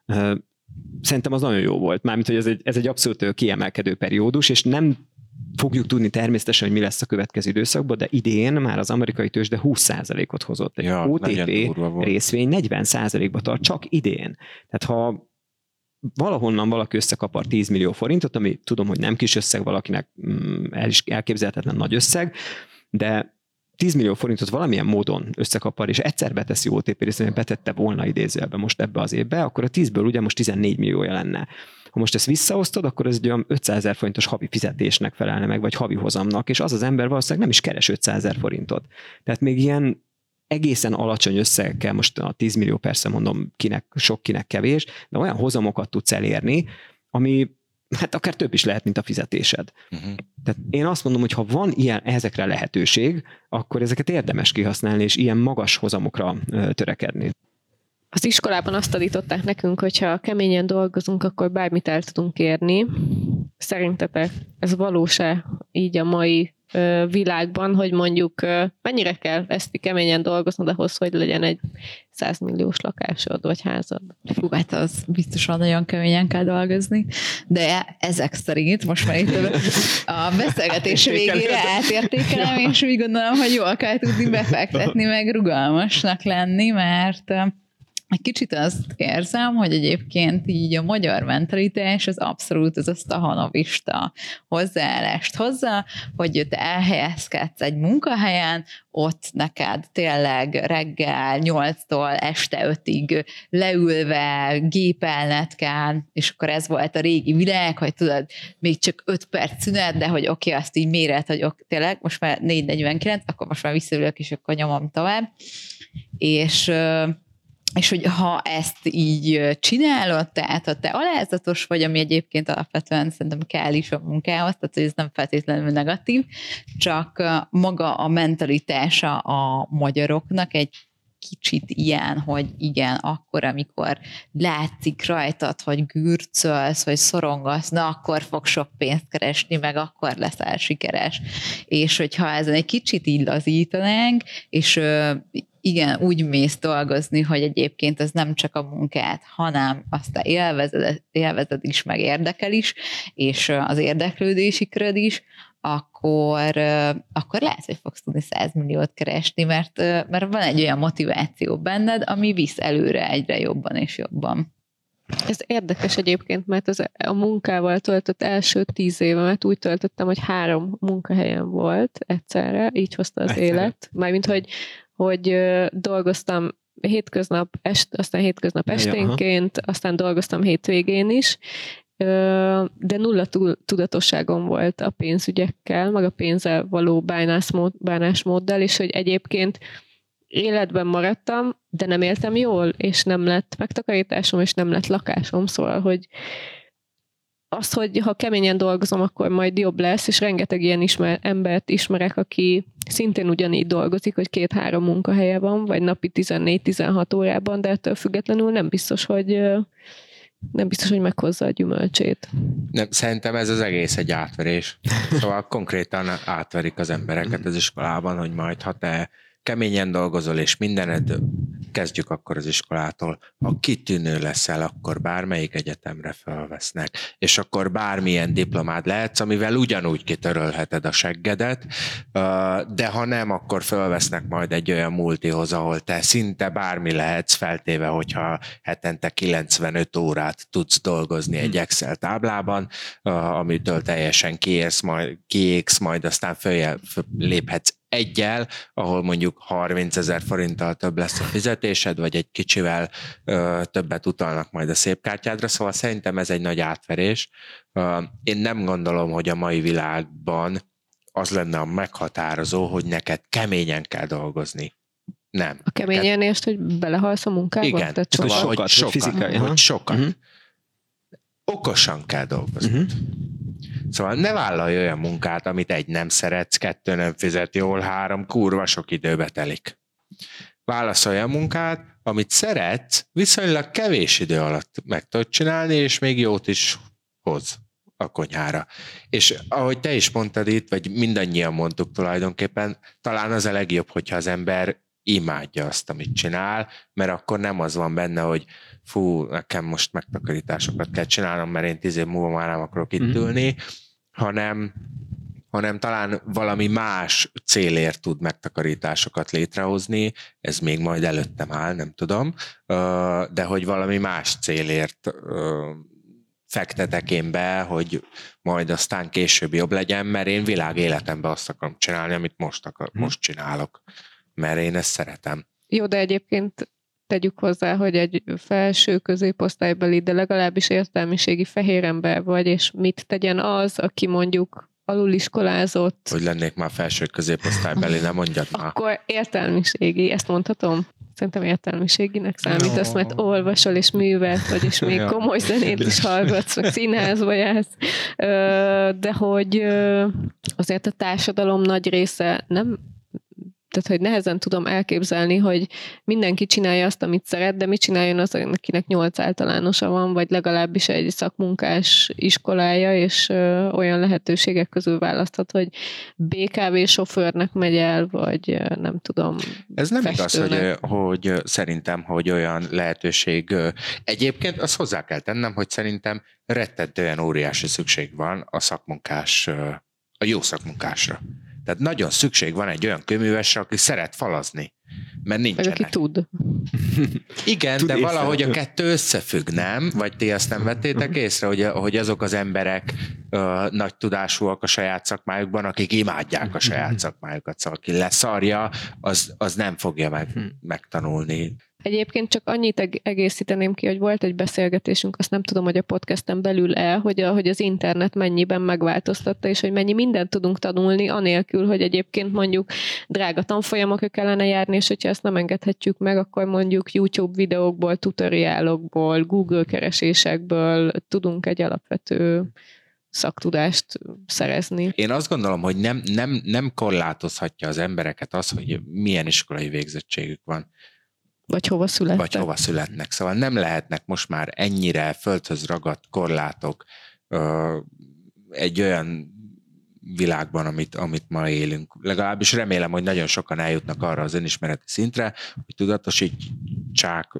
Szerintem az nagyon jó volt. Mármint, hogy ez egy abszolút kiemelkedő periódus, és nem fogjuk tudni természetesen, hogy mi lesz a következő időszakban, de idén már az amerikai tőzsde 20%-ot hozott. Egy OTP részvény 40%-ba tart csak idén. Tehát ha valahonnan valaki összekapar 10 millió forintot, ami tudom, hogy nem kis összeg, valakinek elképzelhetetlen nagy összeg, de 10 millió forintot valamilyen módon összekapar, és egyszer beteszi OTP részvénybe, betette volna idézőjelben most ebbe az évbe, akkor a 10-ből ugye most 14 milliója lenne. Ha most ezt visszaosztod, akkor ez egy olyan 500 000 forintos havi fizetésnek felelne meg, vagy havi hozamnak, és az az ember valószínűleg nem is keres 500 000 forintot. Tehát még ilyen egészen alacsony összegekkel, most a 10 millió persze mondom, kinek sok, kinek kevés, de olyan hozamokat tudsz elérni, ami hát akár több is lehet, mint a fizetésed. Tehát én azt mondom, hogy ha van ezekre lehetőség, akkor ezeket érdemes kihasználni, és ilyen magas hozamokra törekedni. Az iskolában azt tanították nekünk, hogyha keményen dolgozunk, akkor bármit el tudunk érni. Szerintetek ez valós-e így a mai világban, hogy mondjuk mennyire kell ezt keményen dolgoznod ahhoz, hogy legyen egy 100 milliós lakásod vagy házad? Fú, hát az biztosan nagyon keményen kell dolgozni, de ezek szerint most már itt a beszélgetés végére átértékelem, és úgy gondolom, hogy jól kell tudni befektetni, meg rugalmasnak lenni, mert egy kicsit azt érzem, hogy egyébként így a magyar mentalitás az abszolút az a stahanovista hozzáállást hozza, hogy te elhelyezkedsz egy munkahelyen, ott neked tényleg reggel 8-tól este 5-ig leülve gépelned kell, és akkor ez volt a régi világ, hogy tudod, még csak 5 perc szünet, de hogy oké, azt így méret, hogy tényleg most már 4:49, akkor most már visszaülök, és akkor nyomom tovább. És hogy ha ezt így csinálod, tehát ha te alázatos vagy, ami egyébként alapvetően szerintem kell is a munkához, tehát ez nem feltétlenül negatív, csak maga a mentalitása a magyaroknak egy kicsit ilyen, hogy igen, akkor, amikor látszik rajtad, hogy gürcölsz, vagy szorongasz, na akkor fog sok pénzt keresni, meg akkor leszel sikeres. És hogyha ezen egy kicsit így lazítanánk, és igen, úgy mész dolgozni, hogy egyébként ez nem csak a munkát, hanem azt te élvezed is, meg érdekel is, és az érdeklődési köröd is, akkor lehet, hogy fogsz tudni 100 milliót keresni, mert van egy olyan motiváció benned, ami visz előre egyre jobban és jobban. Ez érdekes egyébként, mert a munkával töltött első 10 évemet úgy töltöttem, hogy 3 munkahelyen volt egyszerre, így hozta az élet. Mármint, hogy dolgoztam hétköznap esténként, aztán dolgoztam hétvégén is, de nulla tudatosságom volt a pénzügyekkel, meg a pénzzel való bánásmóddal, és hogy egyébként életben maradtam, de nem éltem jól, és nem lett megtakarításom, és nem lett lakásom, szóval, hogy az, hogy ha keményen dolgozom, akkor majd jobb lesz, és rengeteg ilyen embert ismerek, aki szintén ugyanígy dolgozik, hogy 2-3 munkahelye van, vagy napi 14-16 órában, de ettől függetlenül nem biztos, hogy meghozza a gyümölcsét. Nem, szerintem ez az egész egy átverés. Szóval konkrétan átverik az embereket az iskolában, hogy majd ha te keményen dolgozol, és mindened kezdjük akkor az iskolától. Ha kitűnő leszel, akkor bármelyik egyetemre felvesznek, és akkor bármilyen diplomád lehetsz, amivel ugyanúgy kitörölheted a seggedet, de ha nem, akkor felvesznek majd egy olyan multihoz, ahol te szinte bármi lehetsz, feltéve, hogyha hetente 95 órát tudsz dolgozni egy Excel táblában, amitől teljesen kiégsz, majd aztán följebb léphetsz egyel, ahol mondjuk 30 000 forinttal több lesz a fizetésed, vagy egy kicsivel többet utalnak majd a szép kártyádra, szóval szerintem ez egy nagy átverés. Én nem gondolom, hogy a mai világban az lenne a meghatározó, hogy neked keményen kell dolgozni. Nem. A keményen értsd, hogy belehalsz a munkába? Igen, tehát sokat. Okosan kell dolgozni. Szóval ne vállalj olyan munkát, amit 1 nem szeretsz, 2 nem fizet jól, 3 kurva sok időbe telik. Válaszolj olyan munkát, amit szeretsz, viszonylag kevés idő alatt meg tudod csinálni, és még jót is hoz a konyhára. És ahogy te is mondtad itt, vagy mindannyian mondtuk tulajdonképpen, talán az a legjobb, hogyha az ember imádja azt, amit csinál, mert akkor nem az van benne, hogy fú, nekem most megtakarításokat kell csinálnom, mert én 10 év múlva már nem akarok itt ülni, hanem talán valami más célért tud megtakarításokat létrehozni, ez még majd előttem áll, nem tudom, de hogy valami más célért fektetek én be, hogy majd aztán később jobb legyen, mert én világéletemben azt akarom csinálni, amit most csinálok, mert én ezt szeretem. Jó, de egyébként tegyük hozzá, hogy egy felső középosztálybeli, de legalábbis értelmiségi fehér ember vagy, és mit tegyen az, aki mondjuk aluliskolázott. Hogy lennék már felső középosztálybeli, nem mondjad már. Akkor értelmiségi, ezt mondhatom? Szerintem értelmiséginek számítasz, mert olvasol és művelt vagy, és még komoly zenét is hallgatsz, meg színházba jársz. De hogy azért a társadalom nagy része nem, tehát, hogy nehezen tudom elképzelni, hogy mindenki csinálja azt, amit szeret, de mit csináljon az, akinek 8 általánosa van, vagy legalábbis egy szakmunkás iskolája, és olyan lehetőségek közül választhat, hogy BKV sofőrnek megy el, vagy nem tudom. Ez nem festőnek. Igaz, hogy szerintem, hogy olyan lehetőség. Egyébként azt hozzá kell tennem, hogy szerintem rettentően óriási szükség van a jó szakmunkásra. Tehát nagyon szükség van egy olyan kőművesre, aki szeret falazni, mert nincsenek. Vagy aki tud. Igen, tud de valahogy a kettő összefügg, nem? Vagy ti azt nem vettétek észre, hogy azok az emberek nagy tudásúak a saját szakmájukban, akik imádják a saját szakmájukat, szóval aki leszarja, az nem fogja megtanulni. Egyébként csak annyit egészíteném ki, hogy volt egy beszélgetésünk, azt nem tudom, hogy a podcasten belül hogy az internet mennyiben megváltoztatta, és hogy mennyi mindent tudunk tanulni, anélkül, hogy egyébként mondjuk drága tanfolyamokra kellene járni, és hogyha ezt nem engedhetjük meg, akkor mondjuk YouTube videókból, tutoriálokból, Google keresésekből tudunk egy alapvető szaktudást szerezni. Én azt gondolom, hogy nem korlátozhatja az embereket az, hogy milyen iskolai végzettségük van. Vagy hova születnek. Szóval nem lehetnek most már ennyire földhöz ragadt korlátok egy olyan világban, amit ma élünk. Legalábbis remélem, hogy nagyon sokan eljutnak arra az önismereti szintre, hogy tudatosítják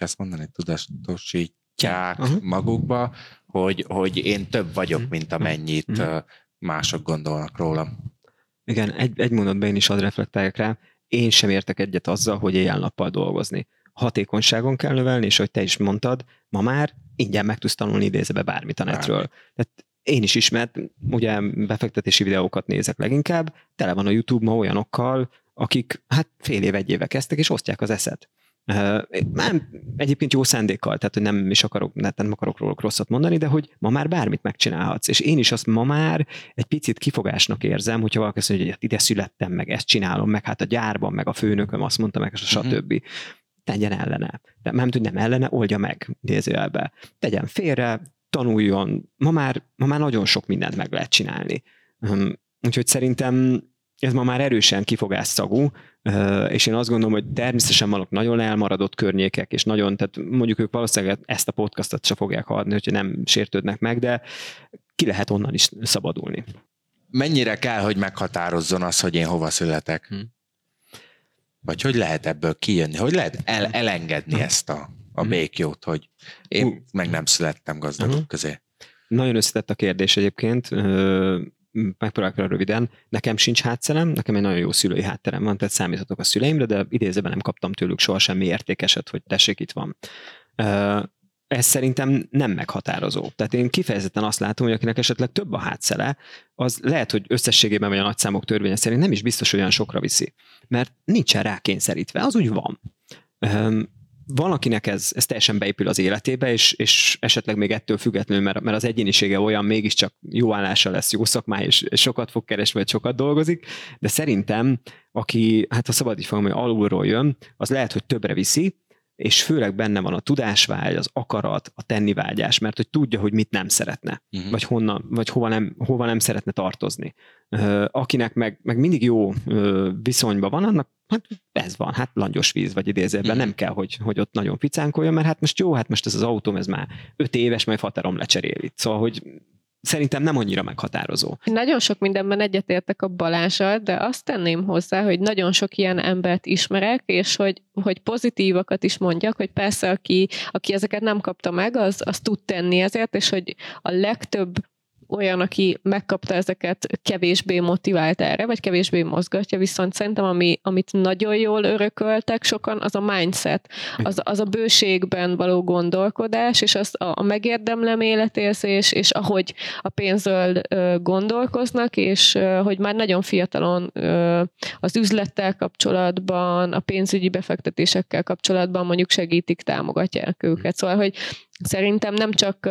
magukba, hogy én több vagyok, mint amennyit mások gondolnak rólam. Igen, egy mondatban én is hadd reflektáljak rá. Én sem értek egyet azzal, hogy éjjel-nappal dolgozni. Hatékonyságon kell növelni, és ahogy te is mondtad, ma már ingyen meg tudsz tanulni idézőbe bármit a netről. Tehát én is ugye befektetési videókat nézek leginkább, tele van a YouTube ma olyanokkal, akik fél év, 1 éve kezdtek, és osztják az eszet. Nem, egyébként jó szándékkal, tehát hogy nem akarok róluk rosszat mondani, de hogy ma már bármit megcsinálhatsz. És én is azt ma már egy picit kifogásnak érzem, hogyha valaki azt mondja, hogy ide születtem, meg ezt csinálom, meg a gyárban, meg a főnököm azt mondta, meg stb. Tegyen ellene. De nem ellene, oldja meg, idézőjelbe. Tegyen félre, tanuljon. Ma már nagyon sok mindent meg lehet csinálni. Úgyhogy szerintem ez ma már erősen kifogásszagú, és én azt gondolom, hogy természetesen vannak nagyon elmaradott környékek, és tehát mondjuk ők valószínűleg ezt a podcastot se fogják hallani, hogyha nem sértődnek meg, de ki lehet onnan is szabadulni. Mennyire kell, hogy meghatározzon az, hogy én hova születek? Vagy hogy lehet ebből kijönni? Hogy lehet elengedni ezt a békjót, hogy én meg nem születtem gazdagok közé? Nagyon összetett a kérdés egyébként, megpróbálok rá röviden. Nekem sincs hátszelem, nekem egy nagyon jó szülői hátterem van, tehát számíthatok a szüleimre, de idézőben nem kaptam tőlük soha semmi értékeset, hogy tessék, itt van. Ez szerintem nem meghatározó. Tehát én kifejezetten azt látom, hogy akinek esetleg több a hátszele, az lehet, hogy összességében vagy a nagyszámok törvénye szerint nem is biztos, hogy olyan sokra viszi. Mert nincsen rá kényszerítve, az úgy van. Van, akinek ez teljesen beépül az életébe, és esetleg még ettől függetlenül, mert az egyénisége olyan, mégiscsak jó állása lesz, jó szakmája, és sokat fog keresni, vagy sokat dolgozik, de szerintem, aki, hát ha szabad így fogom, hogy alulról jön, az lehet, hogy többre viszi, és főleg benne van a tudásvágy, az akarat, a tennivágyás, mert hogy tudja, hogy mit nem szeretne, vagy hova nem szeretne tartozni. Akinek meg mindig jó viszonyban van, annak hát ez van, hát langyos víz, vagy idézőben nem kell, hogy ott nagyon ficánkoljon, mert hát most ez az autóm, ez már 5 éves, majd faterom lecserél itt. Szóval, hogy szerintem nem annyira meghatározó. Nagyon sok mindenben egyetértek a Balázsal, de azt tenném hozzá, hogy nagyon sok ilyen embert ismerek, és hogy pozitívakat is mondjak, hogy persze, aki ezeket nem kapta meg, az tud tenni ezért, és hogy a legtöbb olyan, aki megkapta ezeket, kevésbé motivált erre, vagy kevésbé mozgatja, viszont szerintem amit nagyon jól örököltek sokan, az a mindset, az a bőségben való gondolkodás, és az a megérdemlem életérzés, és ahogy a pénzről gondolkoznak, és hogy már nagyon fiatalon az üzlettel kapcsolatban, a pénzügyi befektetésekkel kapcsolatban mondjuk segítik, támogatják őket. Szóval, hogy szerintem nem csak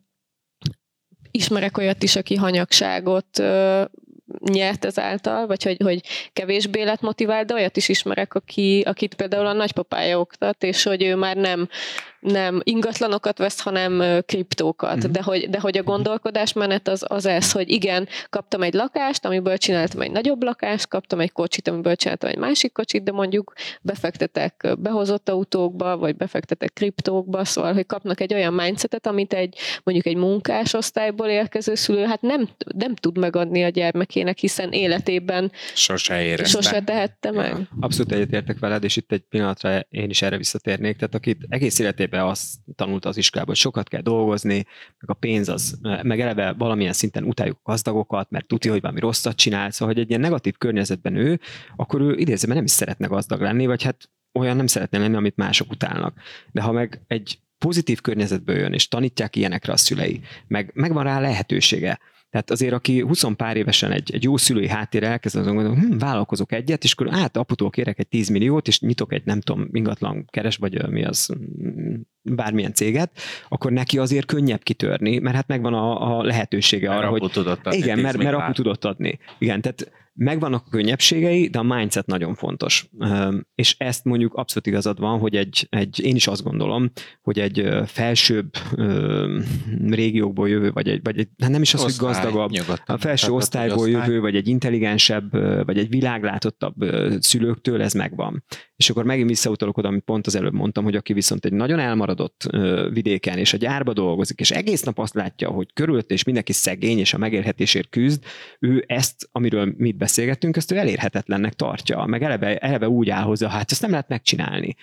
ismerek olyat is, aki hanyagságot nyert ezáltal, vagy hogy kevésbé lett motivált, de olyat is ismerek, akit például a nagypapája oktat, és hogy ő már nem ingatlanokat vesz, hanem kriptókat. De hogy a gondolkodásmenet az ez, hogy igen, kaptam egy lakást, amiből csináltam egy nagyobb lakást, kaptam egy kocsit, amiből csináltam egy másik kocsit, de mondjuk befektetek behozott autókba, vagy befektetek kriptókba, szóval, hogy kapnak egy olyan mindsetet, amit mondjuk egy munkásosztályból érkező szülő hát nem tud megadni a gyermekének, hiszen életében sose tehette meg. Abszolút egyetértek veled, és itt egy pillanatra én is erre visszatérnék, tehát akit egész életében azt tanulta az iskolában, hogy sokat kell dolgozni, meg a pénz az, meg eleve valamilyen szinten utáljuk a gazdagokat, mert tudja, hogy valami rosszat csinál, szóval, hogy egy ilyen negatív környezetben ő, akkor ő idézőben nem is szeretne gazdag lenni, vagy hát olyan nem szeretne lenni, amit mások utálnak. De ha meg egy pozitív környezetből jön, és tanítják ilyenekre a szülei, megvan rá lehetősége. Tehát azért, aki 20 pár évesen egy jó szülői háttérrel elkezd azon gondolni, vállalkozok egyet, és akkor aputól kérek egy 10 milliót, és nyitok egy nem tudom, ingatlan keres, vagy mi az, bármilyen céget, akkor neki azért könnyebb kitörni, mert hát megvan a lehetősége arra, hogy... Igen, mert apu tudott adni. Igen, tehát megvannak a könnyebbségei, de a mindset nagyon fontos. És ezt mondjuk abszolút igazad van, hogy én is azt gondolom, hogy egy felsőbb régiókból jövő, vagy hát nem is az, hogy gazdagabb, a felső osztályból jövő, vagy egy intelligensebb, vagy egy világlátottabb szülőktől ez megvan. És akkor megint visszautalok oda, amit pont az előbb mondtam, hogy aki viszont egy nagyon elmaradott vidéken, és a gyárba dolgozik, és egész nap azt látja, hogy körülötte és mindenki szegény, és a megélhetésért küzd, ő ezt, amiről mi beszélgettünk, ezt ő elérhetetlennek tartja, meg eleve úgy áll hozzá, hát ezt nem lehet megcsinálni.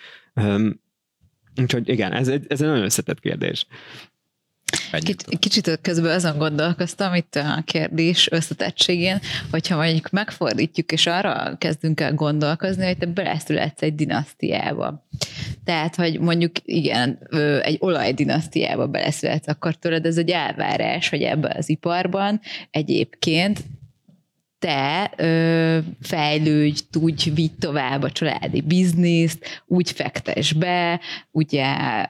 Úgyhogy igen, ez egy nagyon összetett kérdés. Kicsit közben azon gondolkoztam itt a kérdés összetettségén, hogyha mondjuk megfordítjuk, és arra kezdünk el gondolkozni, hogy te beleszületsz egy dinasztiába. Tehát, hogy mondjuk igen, egy olajdinasztiába beleszületsz, akkor tőled ez egy elvárás, hogy ebben az iparban egyébként te fejlődj, tudj, vidd tovább a családi bizniszt, úgy fektess be, ugye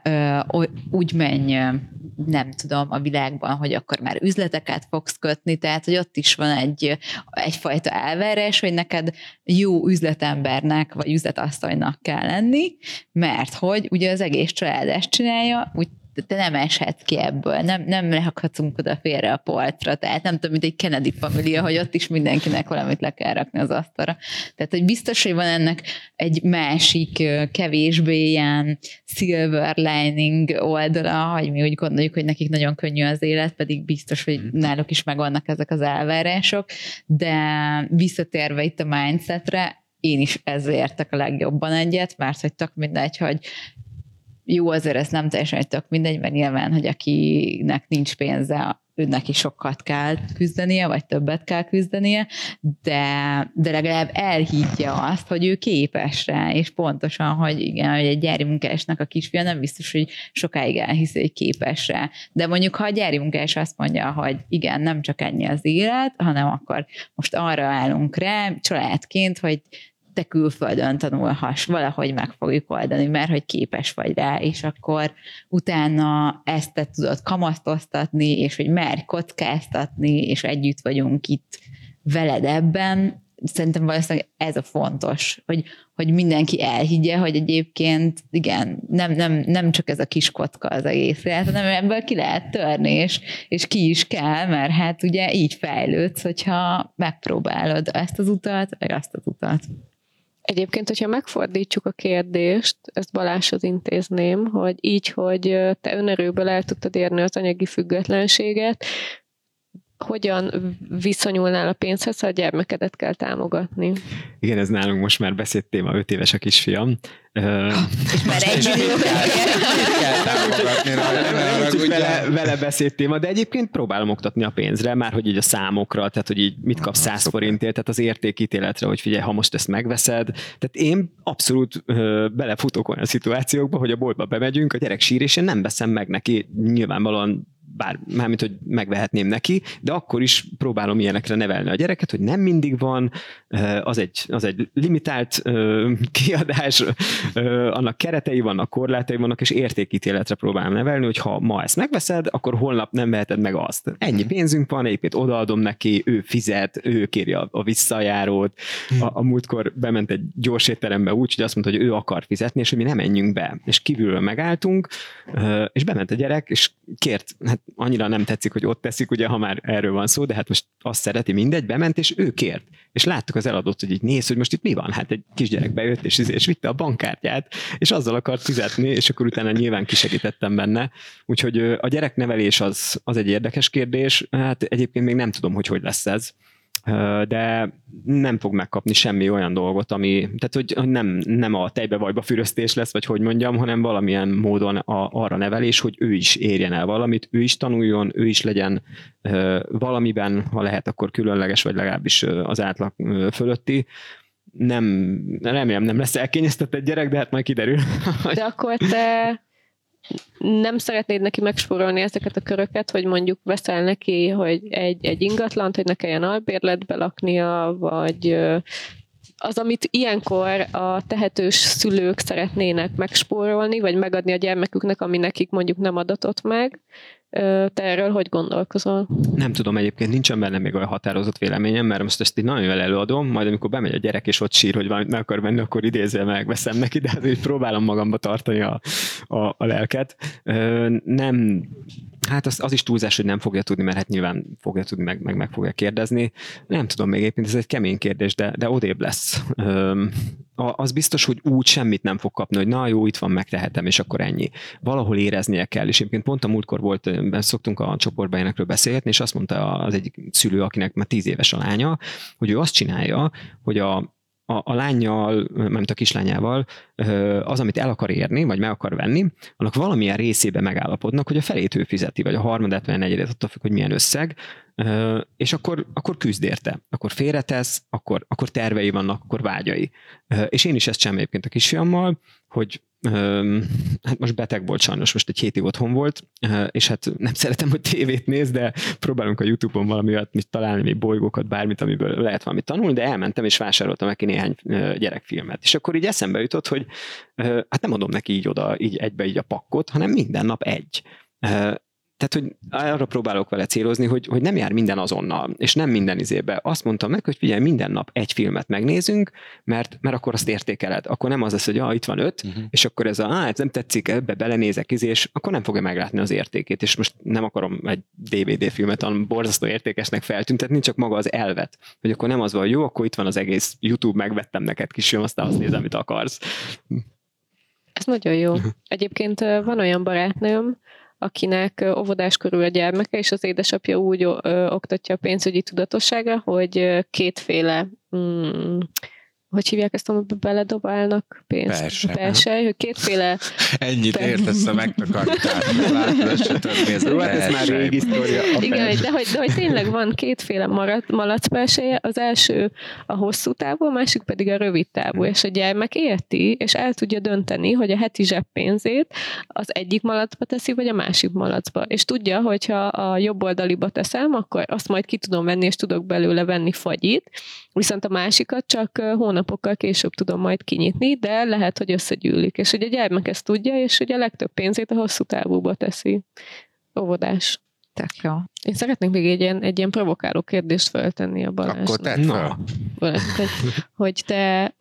úgy menj, nem tudom, a világban, hogy akkor már üzleteket fogsz kötni, tehát, hogy ott is van egyfajta elvárás, hogy neked jó üzletembernek, vagy üzletasszonynak kell lenni, mert hogy ugye az egész család ezt csinálja, úgy te nem eshetsz ki ebből, nem rakhatunk oda félre a polcra, tehát nem tudom, mint egy Kennedy família, hogy ott is mindenkinek valamit le kell rakni az asztalra. Tehát, hogy biztos, hogy van ennek egy másik, kevésbé ilyen silver lining oldala, hogy mi úgy gondoljuk, hogy nekik nagyon könnyű az élet, pedig biztos, hogy náluk is megvannak ezek az elvárások, de visszatérve itt a mindsetre, én is ezzel értek a legjobban egyet, mert hogy tök mindegy, hogy jó, azért ez nem teljesen tök mindegy, mert nyilván, hogy akinek nincs pénze, őnek is sokat kell küzdenie, vagy többet kell küzdenie, de legalább elhiggye azt, hogy ő képes rá, és pontosan, hogy igen, hogy egy gyári munkásnak a kisfia nem biztos, hogy sokáig elhiszi, hogy képes rá. De mondjuk, ha a gyári munkás azt mondja, hogy igen, nem csak ennyi az élet, hanem akkor most arra állunk rá, családként, hogy te külföldön tanulhass, valahogy meg fogjuk oldani, mert hogy képes vagy rá, és akkor utána ezt te tudod kamasztoztatni, és hogy merj kockáztatni, és együtt vagyunk itt veled ebben. Szerintem valószínűleg ez a fontos, hogy mindenki elhiggye, hogy egyébként igen, nem csak ez a kis kocka az egész élet, hanem ebből ki lehet törni, és ki is kell, mert hát ugye így fejlődsz, hogyha megpróbálod ezt az utat, vagy azt az utat. Egyébként, hogyha megfordítsuk a kérdést, ezt Balázshoz intézném, hogy így, hogy te önerőből el tudtad érni az anyagi függetlenséget, hogyan viszonyulnál a pénzhez, ha a gyermekedet kell támogatni? Igen, ez nálunk most már beszédtéma, 5 éves a kisfiam. És már egy vele beszédtéma, de egyébként próbálom oktatni a pénzre, már hogy így a számokra, tehát hogy így mit kapsz 100 forintért, tehát az értékítéletre, hogy figyelj, ha most ezt megveszed. Tehát én abszolút belefutok olyan szituációkba, hogy a boltba bemegyünk, a gyerek sír, és én nem veszem meg neki, nyilvánvalóan mármint, hogy megvehetném neki, de akkor is próbálom ilyenekre nevelni a gyereket, hogy nem mindig van, az egy limitált kiadás, annak keretei vannak, korlátai vannak, és értékítéletre próbálom nevelni, hogy ha ma ezt megveszed, akkor holnap nem veheted meg azt. Ennyi pénzünk van, egyébként odaadom neki, ő fizet, ő kéri a visszajárót. A múltkor bement egy gyors étterembe úgy, hogy azt mondta, hogy ő akar fizetni, és hogy mi nem menjünk be. És kívülről megálltunk, és bement a gyerek, és kért, hát annyira nem tetszik, hogy ott teszik, ugye, ha már erről van szó, de hát most azt szereti, mindegy, bement, és ő kért. És láttuk az eladót, hogy így néz, hogy most itt mi van? Hát egy kisgyerek bejött, és vitte a bankkártyát, és azzal akart fizetni, és akkor utána nyilván kisegítettem benne. Úgyhogy a gyereknevelés az egy érdekes kérdés. Hát egyébként még nem tudom, hogy lesz ez. De nem fog megkapni semmi olyan dolgot, tehát hogy nem a tejbe-vajba füröztés lesz, vagy hogy mondjam, hanem valamilyen módon arra nevelés, hogy ő is érjen el valamit, ő is tanuljon, ő is legyen valamiben, ha lehet, akkor különleges, vagy legalábbis az átlag fölötti. Remélem nem lesz elkényeztetett egy gyerek, de hát majd kiderül. De akkor te nem szeretnéd neki megspórolni ezeket a köröket, hogy mondjuk veszel neki, hogy egy ingatlant, hogy ne kelljen albérletbe laknia, vagy az, amit ilyenkor a tehetős szülők szeretnének megspórolni, vagy megadni a gyermeküknek, ami nekik mondjuk nem adatott meg. Te erről hogy gondolkozol? Nem tudom, egyébként nincsen benne még olyan határozott véleményem, mert most ezt így nagyon jól előadom, majd amikor bemegy a gyerek és ott sír, hogy valamit meg akar venni, akkor idézve megveszem neki, de azért próbálom magamba tartani a lelket. Nem, hát az is túlzás, hogy nem fogja tudni, mert hát nyilván fogja tudni, meg fogja kérdezni. Nem tudom még éppen, ez egy kemény kérdés, de odébb lesz. Az biztos, hogy úgy semmit nem fog kapni, hogy na jó, itt van, megtehetem, és akkor ennyi. Valahol éreznie kell, és egyébként pont a múltkor volt, szoktunk a csoportban ilyenekről beszélgetni, és azt mondta az egyik szülő, akinek már 10 éves a lánya, hogy ő azt csinálja, hogy a lányjal, nem a kislányával az, amit el akar érni, vagy meg akar venni, annak valamilyen részébe megállapodnak, hogy a felét ő fizeti, vagy a harmadát, vagy a negyedét, attól függ, hogy milyen összeg, és akkor küzd érte. Akkor félretesz, akkor tervei vannak, akkor vágyai. És én is ezt csinálom egyébként a kisfiammal, hogy hát most beteg volt sajnos, most egy hétig otthon volt, és hát nem szeretem, hogy tévét néz, de próbálunk a YouTube-on valami olyat találni, még bolygókat, bármit, amiből lehet valamit tanulni, de elmentem és vásároltam neki néhány gyerekfilmet. És akkor így eszembe jutott, hogy hát nem adom neki így oda, így egybe így a pakkot, hanem minden nap egy. Tehát, hogy arra próbálok vele célozni, hogy nem jár minden azonnal, és nem minden izébe. Azt mondtam meg, hogy figyelj, minden nap egy filmet megnézünk, mert akkor azt értékeled. Akkor nem az lesz, hogy itt van 5, és akkor ez ez nem tetszik, ebbe belenézek, és akkor nem fogja meglátni az értékét. És most nem akarom egy DVD filmet, hanem borzasztó értékesnek feltüntetni, csak maga az elvet. Hogy akkor nem az van, jó, akkor itt van az egész YouTube, megvettem neked kisfilm, aztán azt nézem, amit akarsz. Ez nagyon jó. Egyébként van olyan barátnőm, akinek óvodáskorú a gyermeke, és az édesapja úgy oktatja a pénzügyi tudatosságra, hogy kétféle hogy hívják ezt, amiben beledobálnak pénzt? Persely, hogy kétféle... Ennyit értesz a megtakarításra, látod, ezt se tudod, mi ez a ez már régi sztória. Igen, de hogy tényleg van kétféle malacperselye, az első a hosszú távú, a másik pedig a rövid távú, és a gyermek érti, és el tudja dönteni, hogy a heti zseppénzét az egyik malacba teszi, vagy a másik malacba. És tudja, hogyha a jobb oldaliba teszem, akkor azt majd ki tudom venni, és tudok belőle venni fagyit, viszont a másikat csak hónapokkal később tudom majd kinyitni, de lehet, hogy összegyűlik. És ugye a gyermek ezt tudja, és ugye a legtöbb pénzét a hosszú távúba teszi. Óvodás. Tök jó. Én szeretnék még egy ilyen provokáló kérdést feltenni a Balázsnak. Akkor tedd fel. Hogy te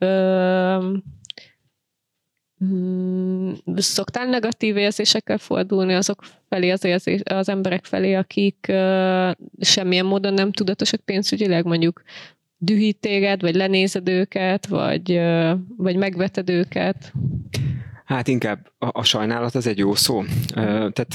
szoktál negatív érzésekkel fordulni azok felé, az emberek felé, akik semmilyen módon nem tudatosak pénzügyileg, mondjuk dühít téged, vagy lenézed őket, vagy megveted őket? Hát inkább a sajnálat az egy jó szó. Tehát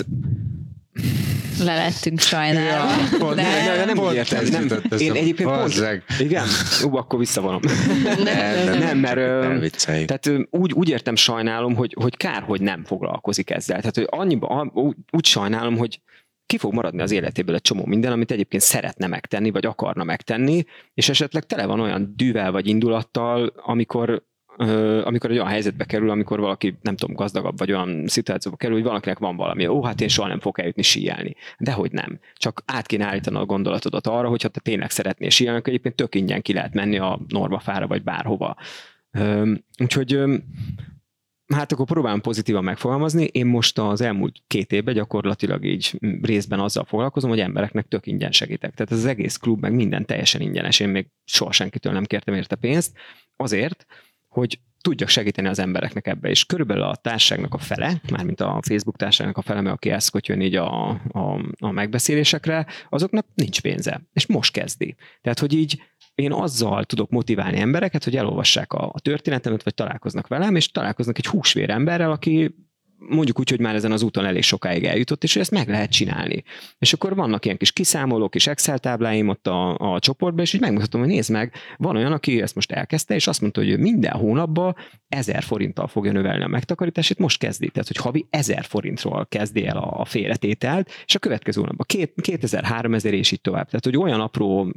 le lettünk sajnálva. Nem úgy értem. Én egyébként pont... Igen? Akkor visszavonom. Nem, mert tehát úgy értem, sajnálom, hogy kár, hogy nem foglalkozik ezzel. Tehát hogy annyiban, úgy sajnálom, hogy ki fog maradni az életéből egy csomó minden, amit egyébként szeretne megtenni, vagy akarna megtenni, és esetleg tele van olyan dűvel vagy indulattal, amikor egy olyan helyzetbe kerül, amikor valaki, nem tudom, gazdagabb, vagy olyan szituációba kerül, hogy valakinek van valami, hát én soha nem fogok eljutni síelni. Dehogy nem. Csak át kéne állítani a gondolatodat arra, hogyha te tényleg szeretnél síelni, akkor egyébként tök ingyen ki lehet menni a Normafára, vagy bárhova. Úgyhogy hát akkor próbálom pozitívan megfogalmazni. Én most az elmúlt 2 évben gyakorlatilag így részben azzal foglalkozom, hogy embereknek tök ingyen segítek. Tehát ez az egész klub, meg minden teljesen ingyenes. Én még soha senkitől nem kértem érte pénzt. Azért, hogy tudjak segíteni az embereknek ebbe, és körülbelül a társaságnak a fele, mármint a Facebook társaságnak a fele, mert aki ezt jön így a megbeszélésekre, azoknak nincs pénze, és most kezdi. Tehát, hogy így én azzal tudok motiválni embereket, hogy elolvassák a történetemet, vagy találkoznak velem, és találkoznak egy húsvér emberrel, aki mondjuk úgy, hogy már ezen az úton elég sokáig eljutott, és ezt meg lehet csinálni. És akkor vannak ilyen kis kiszámolók, kis Excel tábláim ott a csoportban, és így megmutatom, hogy nézd meg, van olyan, aki ezt most elkezdte, és azt mondta, hogy minden hónapban 1000 forinttal fogja növelni a megtakarítását, most kezdi. Tehát, hogy havi 1000 forintról kezdi el a félretételt, és a következő hónapban 2000, 3000 és így tovább. Tehát, hogy olyan apró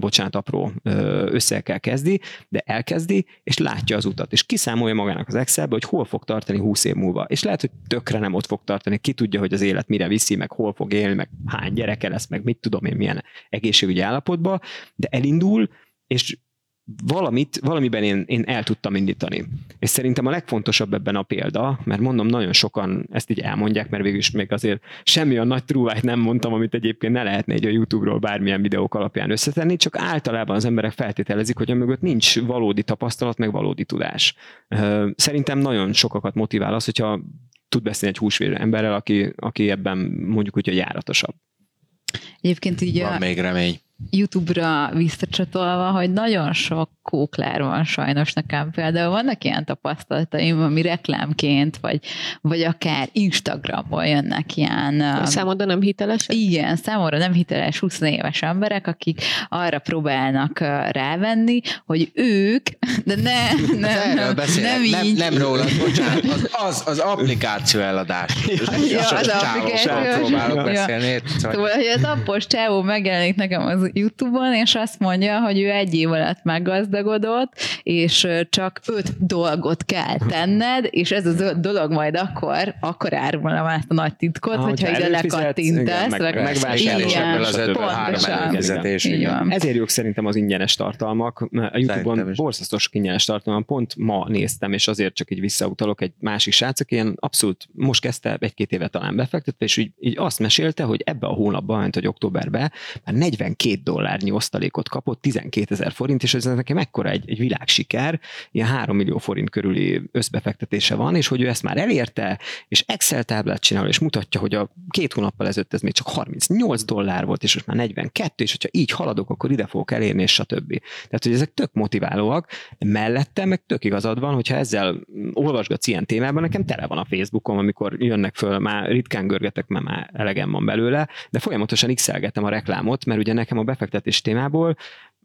összeggel kezdi, de elkezdi, és látja az utat, és kiszámolja magának az Excelbe, hogy hol fog tartani 20 év múlva. És lehet, hogy tökre nem ott fog tartani, ki tudja, hogy az élet mire viszi, meg hol fog élni, meg hány gyereke lesz, meg mit tudom én, milyen egészségügyi állapotban, de elindul, és valamiben én el tudtam indítani. És szerintem a legfontosabb ebben a példa, mert mondom, nagyon sokan ezt így elmondják, mert végülis még azért semmi a nagy trúvájt nem mondtam, amit egyébként ne lehetne egy a YouTube-ról bármilyen videók alapján összetenni, csak általában az emberek feltételezik, hogy amögött nincs valódi tapasztalat, meg valódi tudás. Szerintem nagyon sokakat motivál az, hogyha tud beszélni egy húsvér emberrel, aki ebben mondjuk úgy, hogy járatosabb. Egyébként így van még remény. YouTube-ra visszacsatolva, hogy nagyon sok kóklár van sajnos nekem. Például vannak ilyen tapasztalataim, ami reklámként, vagy akár Instagramból jönnek ilyen... Számodra nem hiteles? Igen, számomra nem hiteles 20 éves emberek, akik arra próbálnak rávenni, hogy ők, de nem így. Nem rólad, bocsánat, az applikáció eladás. Az applikáció. Próbálok beszélni. Szóval, hogy az appos csávó megjelenik nekem az YouTube-on, és azt mondja, hogy ő 1 év alatt meggazdagodott, és csak 5 dolgot kell tenned, és ez az 5 dolog majd akkor árulom ezt a nagy titkot, hogyha ide lekattintasz. Megvásárolsz ebből az 5-ből 3 előfizetés. Ezért jók szerintem az ingyenes tartalmak. A YouTube-on borzasztó sok ingyenes tartalmak. Pont ma néztem, és azért csak így visszautalok egy másik srác, aki ilyen abszolút most kezdte 1-2 éve talán befektetve, és így azt mesélte, hogy ebbe a hónapban, mint hogy októberben, már $42 osztalékot kapott, 12 000 forint, és ez nekem ekkora egy világsiker, ilyen 3 millió forint körüli összbefektetése van, és hogy ő ezt már elérte, és Excel táblát csinál, és mutatja, hogy a 2 hónappal ezelőtt ez még csak $38 volt, és most már 42, és hogyha így haladok, akkor ide fogok elérni, és stb. Tehát, hogy ezek tök motiválóak, mellette meg tök igazad van, hogyha ezzel olvasgatsz ilyen témában, nekem tele van a Facebookon, amikor jönnek föl, már ritkán görgetek, mert már elegem van belőle, de folyamatosan x-elgetem a reklámot, mert ugye nekem a befektetés témából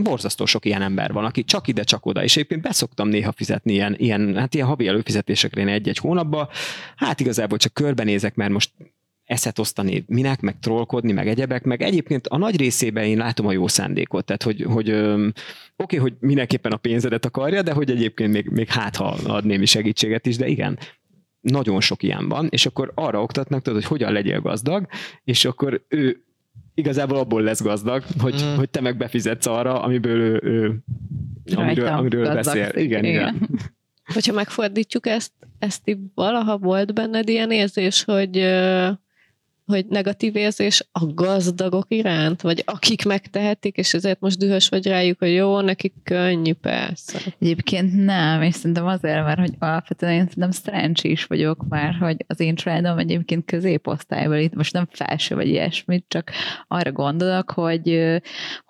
borzasztó sok ilyen ember van, aki csak ide, csak oda, és egyébként beszoktam néha fizetni ilyen havi előfizetésekre egy-egy hónapban, hát igazából csak körbenézek, mert most eszet osztani minek, meg trollkodni, meg egyebek, meg egyébként a nagy részében én látom a jó szándékot, tehát hogy oké, hogy mindenképpen a pénzedet akarja, de hogy egyébként még ha ad némi segítséget is, de igen, nagyon sok ilyen van, és akkor arra oktatnak, tudod, hogy hogyan legyél gazdag, és akkor ő igazából abból lesz gazdag, hogy te meg befizetsz arra, amiről beszél. Igen. Hogyha megfordítjuk ezt így valaha volt benned ilyen érzés, hogy negatív érzés a gazdagok iránt, vagy akik megtehetik, és ezért most dühös vagy rájuk, hogy jó, nekik könnyű, persze. Egyébként nem, és szerintem azért, mert hogy alapvetően én szerintem szerencsés vagyok már, hogy az én családom egyébként középosztályban, itt most nem felső vagy ilyesmit, csak arra gondolok, hogy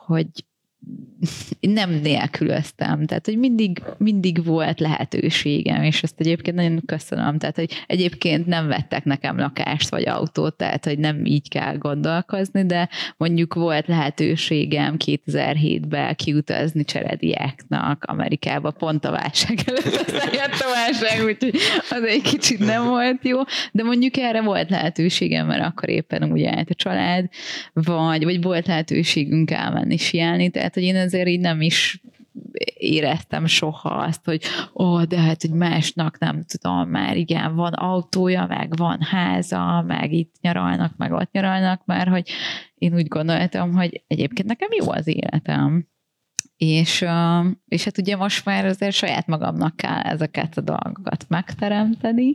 nem nélkülöztem, tehát, hogy mindig volt lehetőségem, és ezt egyébként nagyon köszönöm, tehát, hogy egyébként nem vettek nekem lakást vagy autót, tehát, hogy nem így kell gondolkozni, de mondjuk volt lehetőségem 2007-ben kiutazni cserediáknak Amerikába, pont a válság előtt, aztán jött a válság, úgyhogy az egy kicsit nem volt jó, de mondjuk erre volt lehetőségem, mert akkor éppen úgy állt a család, vagy volt lehetőségünk elmenni sielni, tehát, hogy én ezért így nem is éreztem soha azt, hogy de hát, hogy másnak nem tudom, már igen, van autója, meg van háza, meg itt nyaralnak, meg ott nyaralnak, mert hogy én úgy gondoltam, hogy egyébként nekem jó az életem. És hát ugye most már azért saját magamnak kell ezeket a dolgokat megteremteni,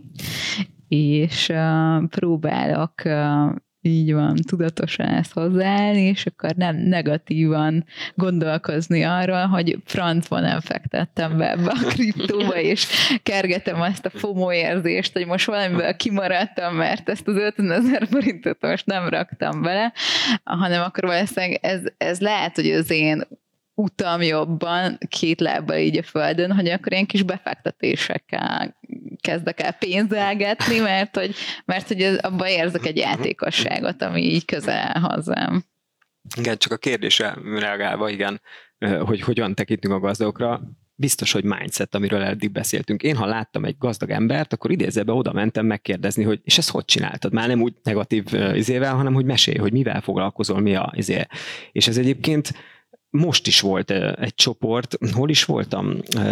és próbálok így van, tudatosan ezt hozzáállni, és akkor nem negatívan gondolkozni arról, hogy francban nem fektettem be ebbe a kriptóba, és kergetem azt a FOMO érzést, hogy most valamiből kimaradtam, mert ezt az 50 000 forintot most nem raktam bele, hanem akkor valószínűleg ez lehet, hogy az én utam jobban, két lábbal így a földön, hogy akkor ilyen kis befektetésekkel kezdek el pénzelgetni, mert hogy abban érzek egy játékosságot, ami így közel hozzám. Igen, csak a kérdésre reagálva, igen, hogy hogyan tekintünk a gazdagokra, biztos, hogy mindset, amiről eddig beszéltünk. Én, ha láttam egy gazdag embert, akkor idézőbe oda mentem megkérdezni, hogy és ezt hogy csináltad? Már nem úgy negatív izével, hanem hogy mesélj, hogy mivel foglalkozol, mi a izé. És ez egyébként most is volt egy csoport, hol is voltam?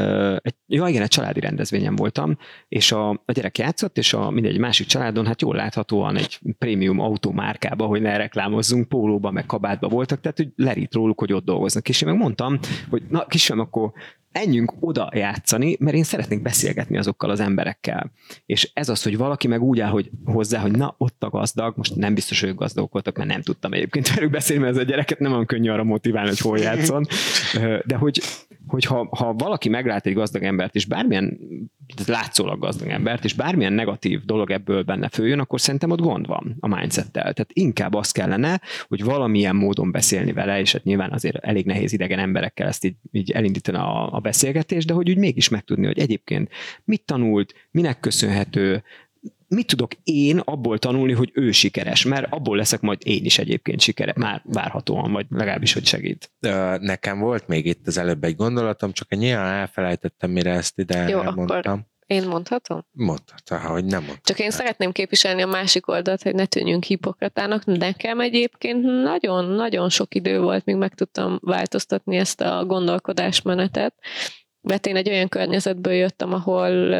Egy családi rendezvényen voltam, és a gyerek játszott, és egy másik családon, hát jól láthatóan egy prémium autómárkába, hogy ne reklámozzunk, pólóba, meg kabátba voltak, tehát hogy lerít róluk, hogy ott dolgoznak. És én meg mondtam, hogy na kisem, akkor menjünk oda játszani, mert én szeretnék beszélgetni azokkal az emberekkel. És ez az, hogy valaki meg úgy áll hozzá, hogy na, ott a gazdag, most nem biztos, hogy gazdagok voltak, mert nem tudtam egyébként velük beszélni, mert ez a gyereket nem olyan könnyű arra motiválni, hogy hol játszon. De hogy ha valaki meglát egy gazdag embert, és bármilyen látszólag gazdag embert, és bármilyen negatív dolog ebből benne följön, akkor szerintem ott gond van a mindsettel. Tehát inkább az kellene, hogy valamilyen módon beszélni vele, és hát nyilván azért elég nehéz idegen emberekkel ezt így elindítani a beszélgetést, de hogy úgy mégis megtudni, hogy egyébként mit tanult, minek köszönhető, mit tudok én abból tanulni, hogy ő sikeres, mert abból leszek majd én is egyébként sikeres, már várhatóan, vagy legalábbis, hogy segít. Nekem volt még itt az előbb egy gondolatom, csak nyilván elfelejtettem, mire ezt ide elmondtam. Akkor én mondhatom? Mondhatta, hogy nem mondtam. Csak én szeretném képviselni a másik oldalt, hogy ne tűnjünk hipokratának. Nekem egyébként nagyon-nagyon sok idő volt, míg meg tudtam változtatni ezt a gondolkodásmenetet. Mert én egy olyan környezetből jöttem, ahol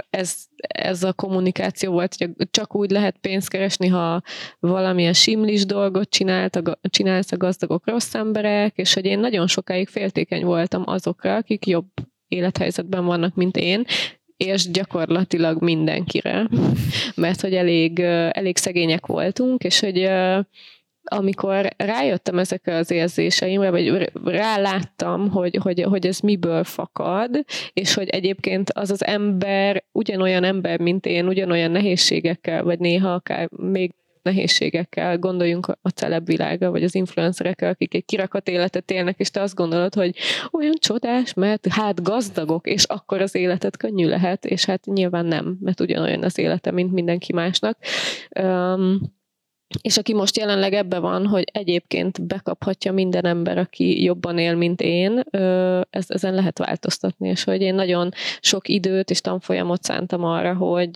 ez a kommunikáció volt, hogy csak úgy lehet pénzt keresni, ha valamilyen simlis dolgot csinálsz a gazdagok rossz emberek, és hogy én nagyon sokáig féltékeny voltam azokra, akik jobb élethelyzetben vannak, mint én, és gyakorlatilag mindenkire. Mert hogy elég szegények voltunk, és hogy amikor rájöttem ezekre az érzéseimre, vagy ráláttam, hogy ez miből fakad, és hogy egyébként az ember ugyanolyan ember, mint én, ugyanolyan nehézségekkel, vagy néha akár még nehézségekkel, gondoljunk a celebvilágra, vagy az influencerekkel, akik egy kirakat életet élnek, és te azt gondolod, hogy olyan csodás, mert hát gazdagok, és akkor az életed könnyű lehet, és hát nyilván nem, mert ugyanolyan az élete, mint mindenki másnak. És aki most jelenleg ebben van, hogy egyébként bekaphatja minden ember, aki jobban él, mint én, ezen lehet változtatni, és hogy én nagyon sok időt és tanfolyamot szántam arra,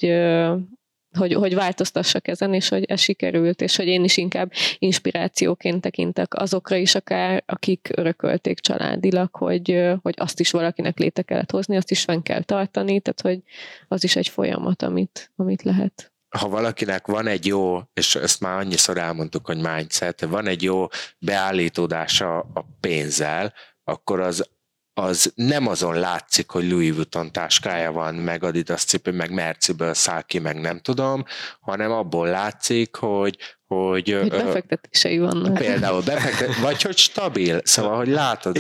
hogy változtassak ezen, és hogy ez sikerült, és hogy én is inkább inspirációként tekintek azokra is akár, akik örökölték családilag, hogy azt is valakinek létre kellett hozni, azt is fenn kell tartani, tehát hogy az is egy folyamat, amit lehet. Ha valakinek van egy jó, és ezt már annyiszor elmondtuk, hogy mindset, van egy jó beállítódása a pénzzel, akkor az nem azon látszik, hogy Louis Vuitton táskája van, meg Adidas cipő, meg Merciből száll ki, meg nem tudom, hanem abból látszik, hogy befektetései vannak. Például vagy hogy stabil, szóval, hogy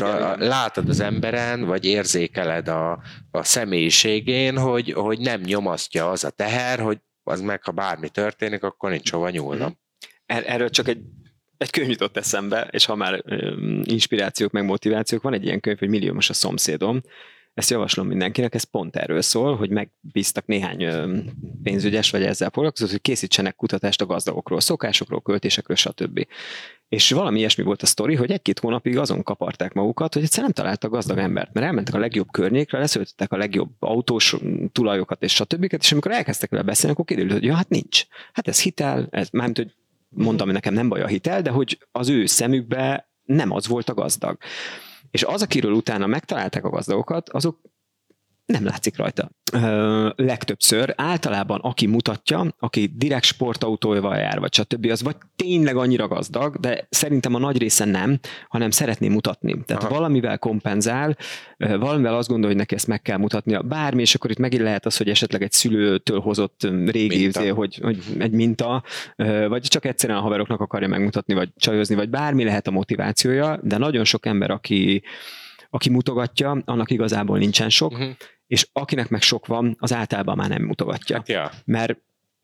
látod az emberen, vagy érzékeled a személyiségén, hogy nem nyomasztja az a teher, hogy az meg, ha bármi történik, akkor nincs hova nyúlnom. Erről csak egy könyv jutott eszembe, és ha már inspirációk, meg motivációk, van egy ilyen könyv, hogy Milliómos a szomszédom. Ezt javaslom mindenkinek, ez pont erről szól, hogy megbíztak néhány pénzügyes, vagy ezzel foglalkozó, hogy készítsenek kutatást a gazdagokról, szokásokról, költésekről, stb. És valami ilyesmi volt a sztori, hogy 1-2 hónapig azon kaparták magukat, hogy egyszerűen nem találtak gazdag embert, mert elmentek a legjobb környékre, leszöltöttek a legjobb autós tulajokat és stb. És amikor elkezdtek vele beszélni, akkor kiderült, hogy ja, hát nincs. Hát ez hitel, ez mármint, hogy mondtam, hogy nekem nem baj a hitel, de hogy az ő szemükbe nem az volt a gazdag. És az, akiről utána megtalálták a gazdagokat, azok nem látszik rajta. Legtöbbször általában aki mutatja, aki direkt sportautóval jár, vagy stb., az vagy tényleg annyira gazdag, de szerintem a nagy része nem, hanem szeretné mutatni. Tehát valamivel kompenzál, valamivel azt gondolja, hogy neki ezt meg kell mutatnia. Bármi, és akkor itt megint lehet az, hogy esetleg egy szülőtől hozott régi, hogy egy minta, vagy csak egyszerűen a haveroknak akarja megmutatni, vagy csajozni, vagy bármi lehet a motivációja, de nagyon sok ember, aki mutogatja, annak igazából nincsen sok, és akinek meg sok van, az általában már nem mutogatja. Hát, ja. Mert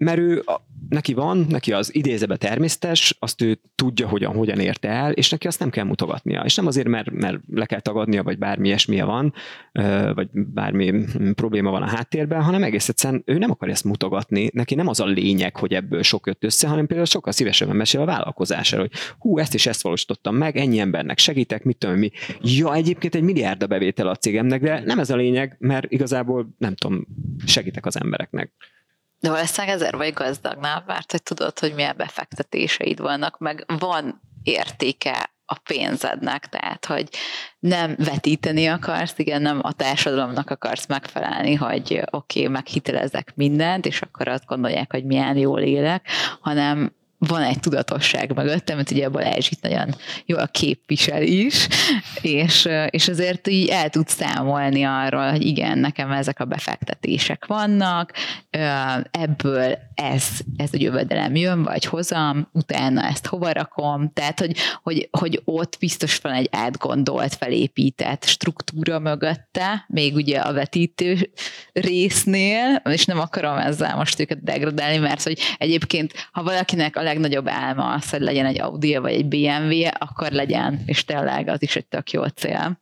neki az idézőbe természetes, azt ő tudja, hogyan érte el, és neki azt nem kell mutogatnia. És nem azért, mert le kell tagadnia, vagy bármi ilyesmije van, vagy bármi probléma van a háttérben, hanem egész egyszerűen ő nem akar ezt mutogatni. Neki nem az a lényeg, hogy ebből sok jött össze, hanem például sokkal szívesebben mesél a vállalkozására, hogy ezt és ezt valósítottam meg, ennyi embernek segítek, mit tudom mi. Ja, egyébként 1 milliárd a bevétel a cégemnek, de nem ez a lényeg, mert igazából nem tudom, segítek az embereknek. De valószínűleg ezért vagy gazdagnál, mert hogy tudod, hogy milyen befektetéseid vannak, meg van értéke a pénzednek, tehát hogy nem vetíteni akarsz, igen, nem a társadalomnak akarsz megfelelni, hogy oké, meghitelezek mindent, és akkor azt gondolják, hogy milyen jól élek, hanem van egy tudatosság mögött, amit ugye Balázs itt nagyon jól képvisel is, és azért így el tudsz számolni arról, hogy igen, nekem ezek a befektetések vannak, ebből ez a jövedelem jön, vagy hozam, utána ezt hova rakom, tehát hogy ott biztos van egy átgondolt, felépített struktúra mögötte, még ugye a vetítő résznél, és nem akarom ezzel most őket degradálni, mert hogy egyébként, ha valakinek a legnagyobb álma az, hogy legyen egy Audi vagy egy BMW, akkor legyen, és tényleg az is egy tök jó cél.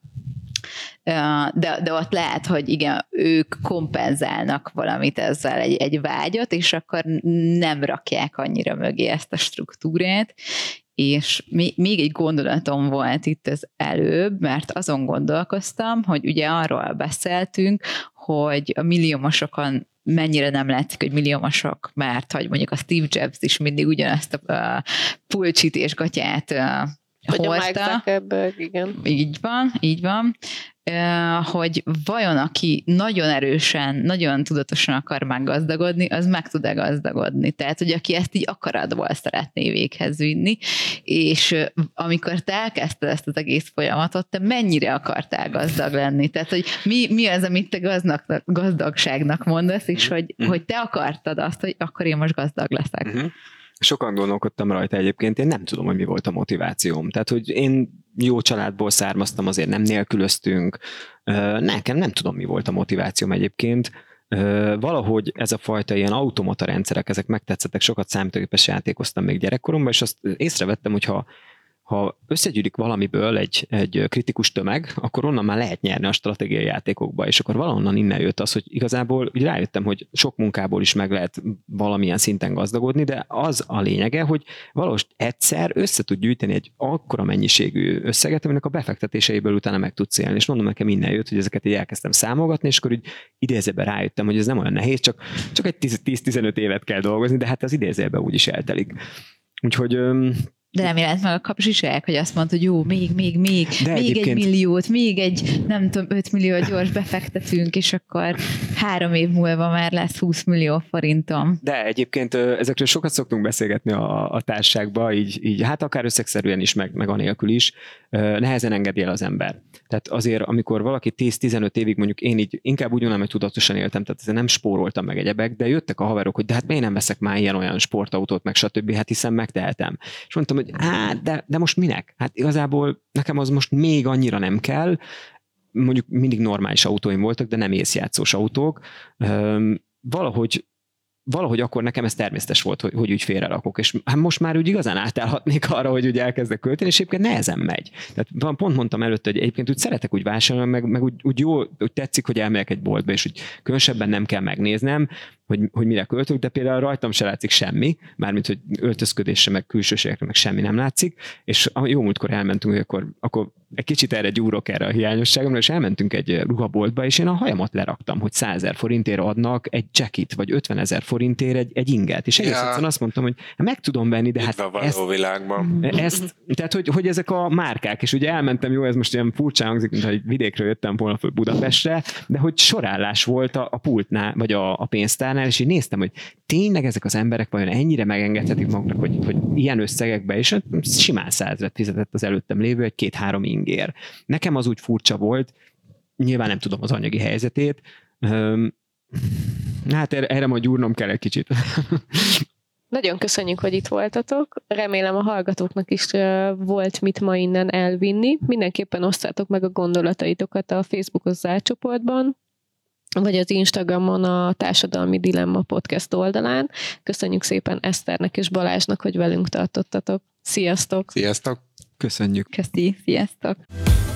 De ott lehet, hogy igen, ők kompenzálnak valamit ezzel, egy vágyat, és akkor nem rakják annyira mögé ezt a struktúrát, és még egy gondolatom volt itt az előbb, mert azon gondolkoztam, hogy ugye arról beszéltünk, hogy a milliómosokon mennyire nem látszik, hogy milliómosok, mert hogy mondjuk a Steve Jobs is mindig ugyanazt a pulcsit és gatyát hordta. Igen. Így van. Hogy vajon aki nagyon erősen, nagyon tudatosan akar meggazdagodni, az meg tud-e gazdagodni. Tehát, hogy aki ezt így akaratból szeretné véghez vinni, és amikor te elkezdted ezt az egész folyamatot, te mennyire akartál gazdag lenni? Tehát, hogy mi az, amit te gazdagságnak mondasz, és hogy te akartad azt, hogy akkor én most gazdag leszek. Sokan gondolkodtam rajta egyébként, én nem tudom, hogy mi volt a motivációm. Tehát, hogy én jó családból származtam, azért nem nélkülöztünk. Nekem nem tudom, mi volt a motivációm egyébként. Valahogy ez a fajta ilyen automata rendszerek, ezek megtetszettek, sokat számítógépes játékoztam még gyerekkoromban, és azt észrevettem, hogy ha ha összegyűlik valamiből egy kritikus tömeg, akkor onnan már lehet nyerni a stratégiai játékokba, és akkor valahonnan innen jött az, hogy igazából úgy rájöttem, hogy sok munkából is meg lehet valamilyen szinten gazdagodni, de az a lényege, hogy valahogy egyszer össze tud gyűjteni egy akkora mennyiségű összeget, aminek a befektetéseiből utána meg tudsz élni. És mondom, nekem innen jött, hogy ezeket így elkezdtem számolgatni, és akkor így idézőben rájöttem, hogy ez nem olyan nehéz, csak egy 10-15 évet kell dolgozni, de hát az idézőben úgyis eltelik. Úgyhogy de nem jelent meg a kapzsiság, hogy azt mondta, hogy jó, még egy milliót, még egy, nem tudom, 5 millió gyors befektetünk, és akkor 3 év múlva már lesz 20 millió forintom. De egyébként ezekről sokat szoktunk beszélgetni a társaságban, így hát akár összegszerűen is, meg anélkül is, nehezen engedi el az ember. Tehát azért, amikor valaki 10-15 évig, mondjuk én így inkább úgy mondom, hogy tudatosan éltem, tehát ezzel nem spóroltam meg egyebek, de jöttek a haverok, hogy de hát miért nem veszek már ilyen-olyan sportautót, meg stb., hát hiszen megtehetem. És mondtam, hogy de most minek? Hát igazából nekem az most még annyira nem kell, mondjuk mindig normális autóim voltak, de nem észjátszós autók. Valahogy akkor nekem ez természetes volt, hogy úgy félrerakok, és hát most már úgy igazán átállhatnék arra, hogy úgy elkezdek költeni, és egyébként nehezen megy. Tehát pont mondtam előtte, hogy egyébként úgy szeretek úgy vásárolni, meg úgy jó, úgy tetszik, hogy elmegyek egy boltba, és úgy különösebben nem kell megnéznem, hogy mire költök, de például rajtam se látszik semmi, mármint, hogy öltözködésre, meg külsőségekre, meg semmi nem látszik, és jó múltkor elmentünk, hogy akkor egy kicsit erre gyúrok erre a hiányosságomra, és elmentünk egy ruhaboltba, és én a hajamat leraktam, hogy 100 000 forintért adnak egy jacket, vagy 50 000 forintért egy inget, és egész egyszerűen azt mondtam, hogy meg tudom venni, de hát ezt tehát, hogy ezek a márkák, és ugye elmentem, jó, ez most ilyen furcsán hangzik, mintha egy vidékről jöttem volna föl Budapestre, de hogy sorállás volt a pultnál, vagy a pénztárnál, és így néztem, hogy tényleg ezek az emberek vajon ennyire megengedhetik maguknak, hogy ilyen összegekbe, és simán 100 000 fizetett az előttem lévő egy 2-3 ingér. Nekem az úgy furcsa volt, nyilván nem tudom az anyagi helyzetét, hát erre majd gyúrnom kell egy kicsit. Nagyon köszönjük, hogy itt voltatok. Remélem a hallgatóknak is volt mit ma innen elvinni. Mindenképpen osszátok meg a gondolataitokat a Facebookos zárt csoportban, vagy az Instagramon a Társadalmi Dilemma podcast oldalán. Köszönjük szépen Eszternek és Balázsnak, hogy velünk tartottatok. Sziasztok! Sziasztok! Köszönjük! Köszi, sziasztok!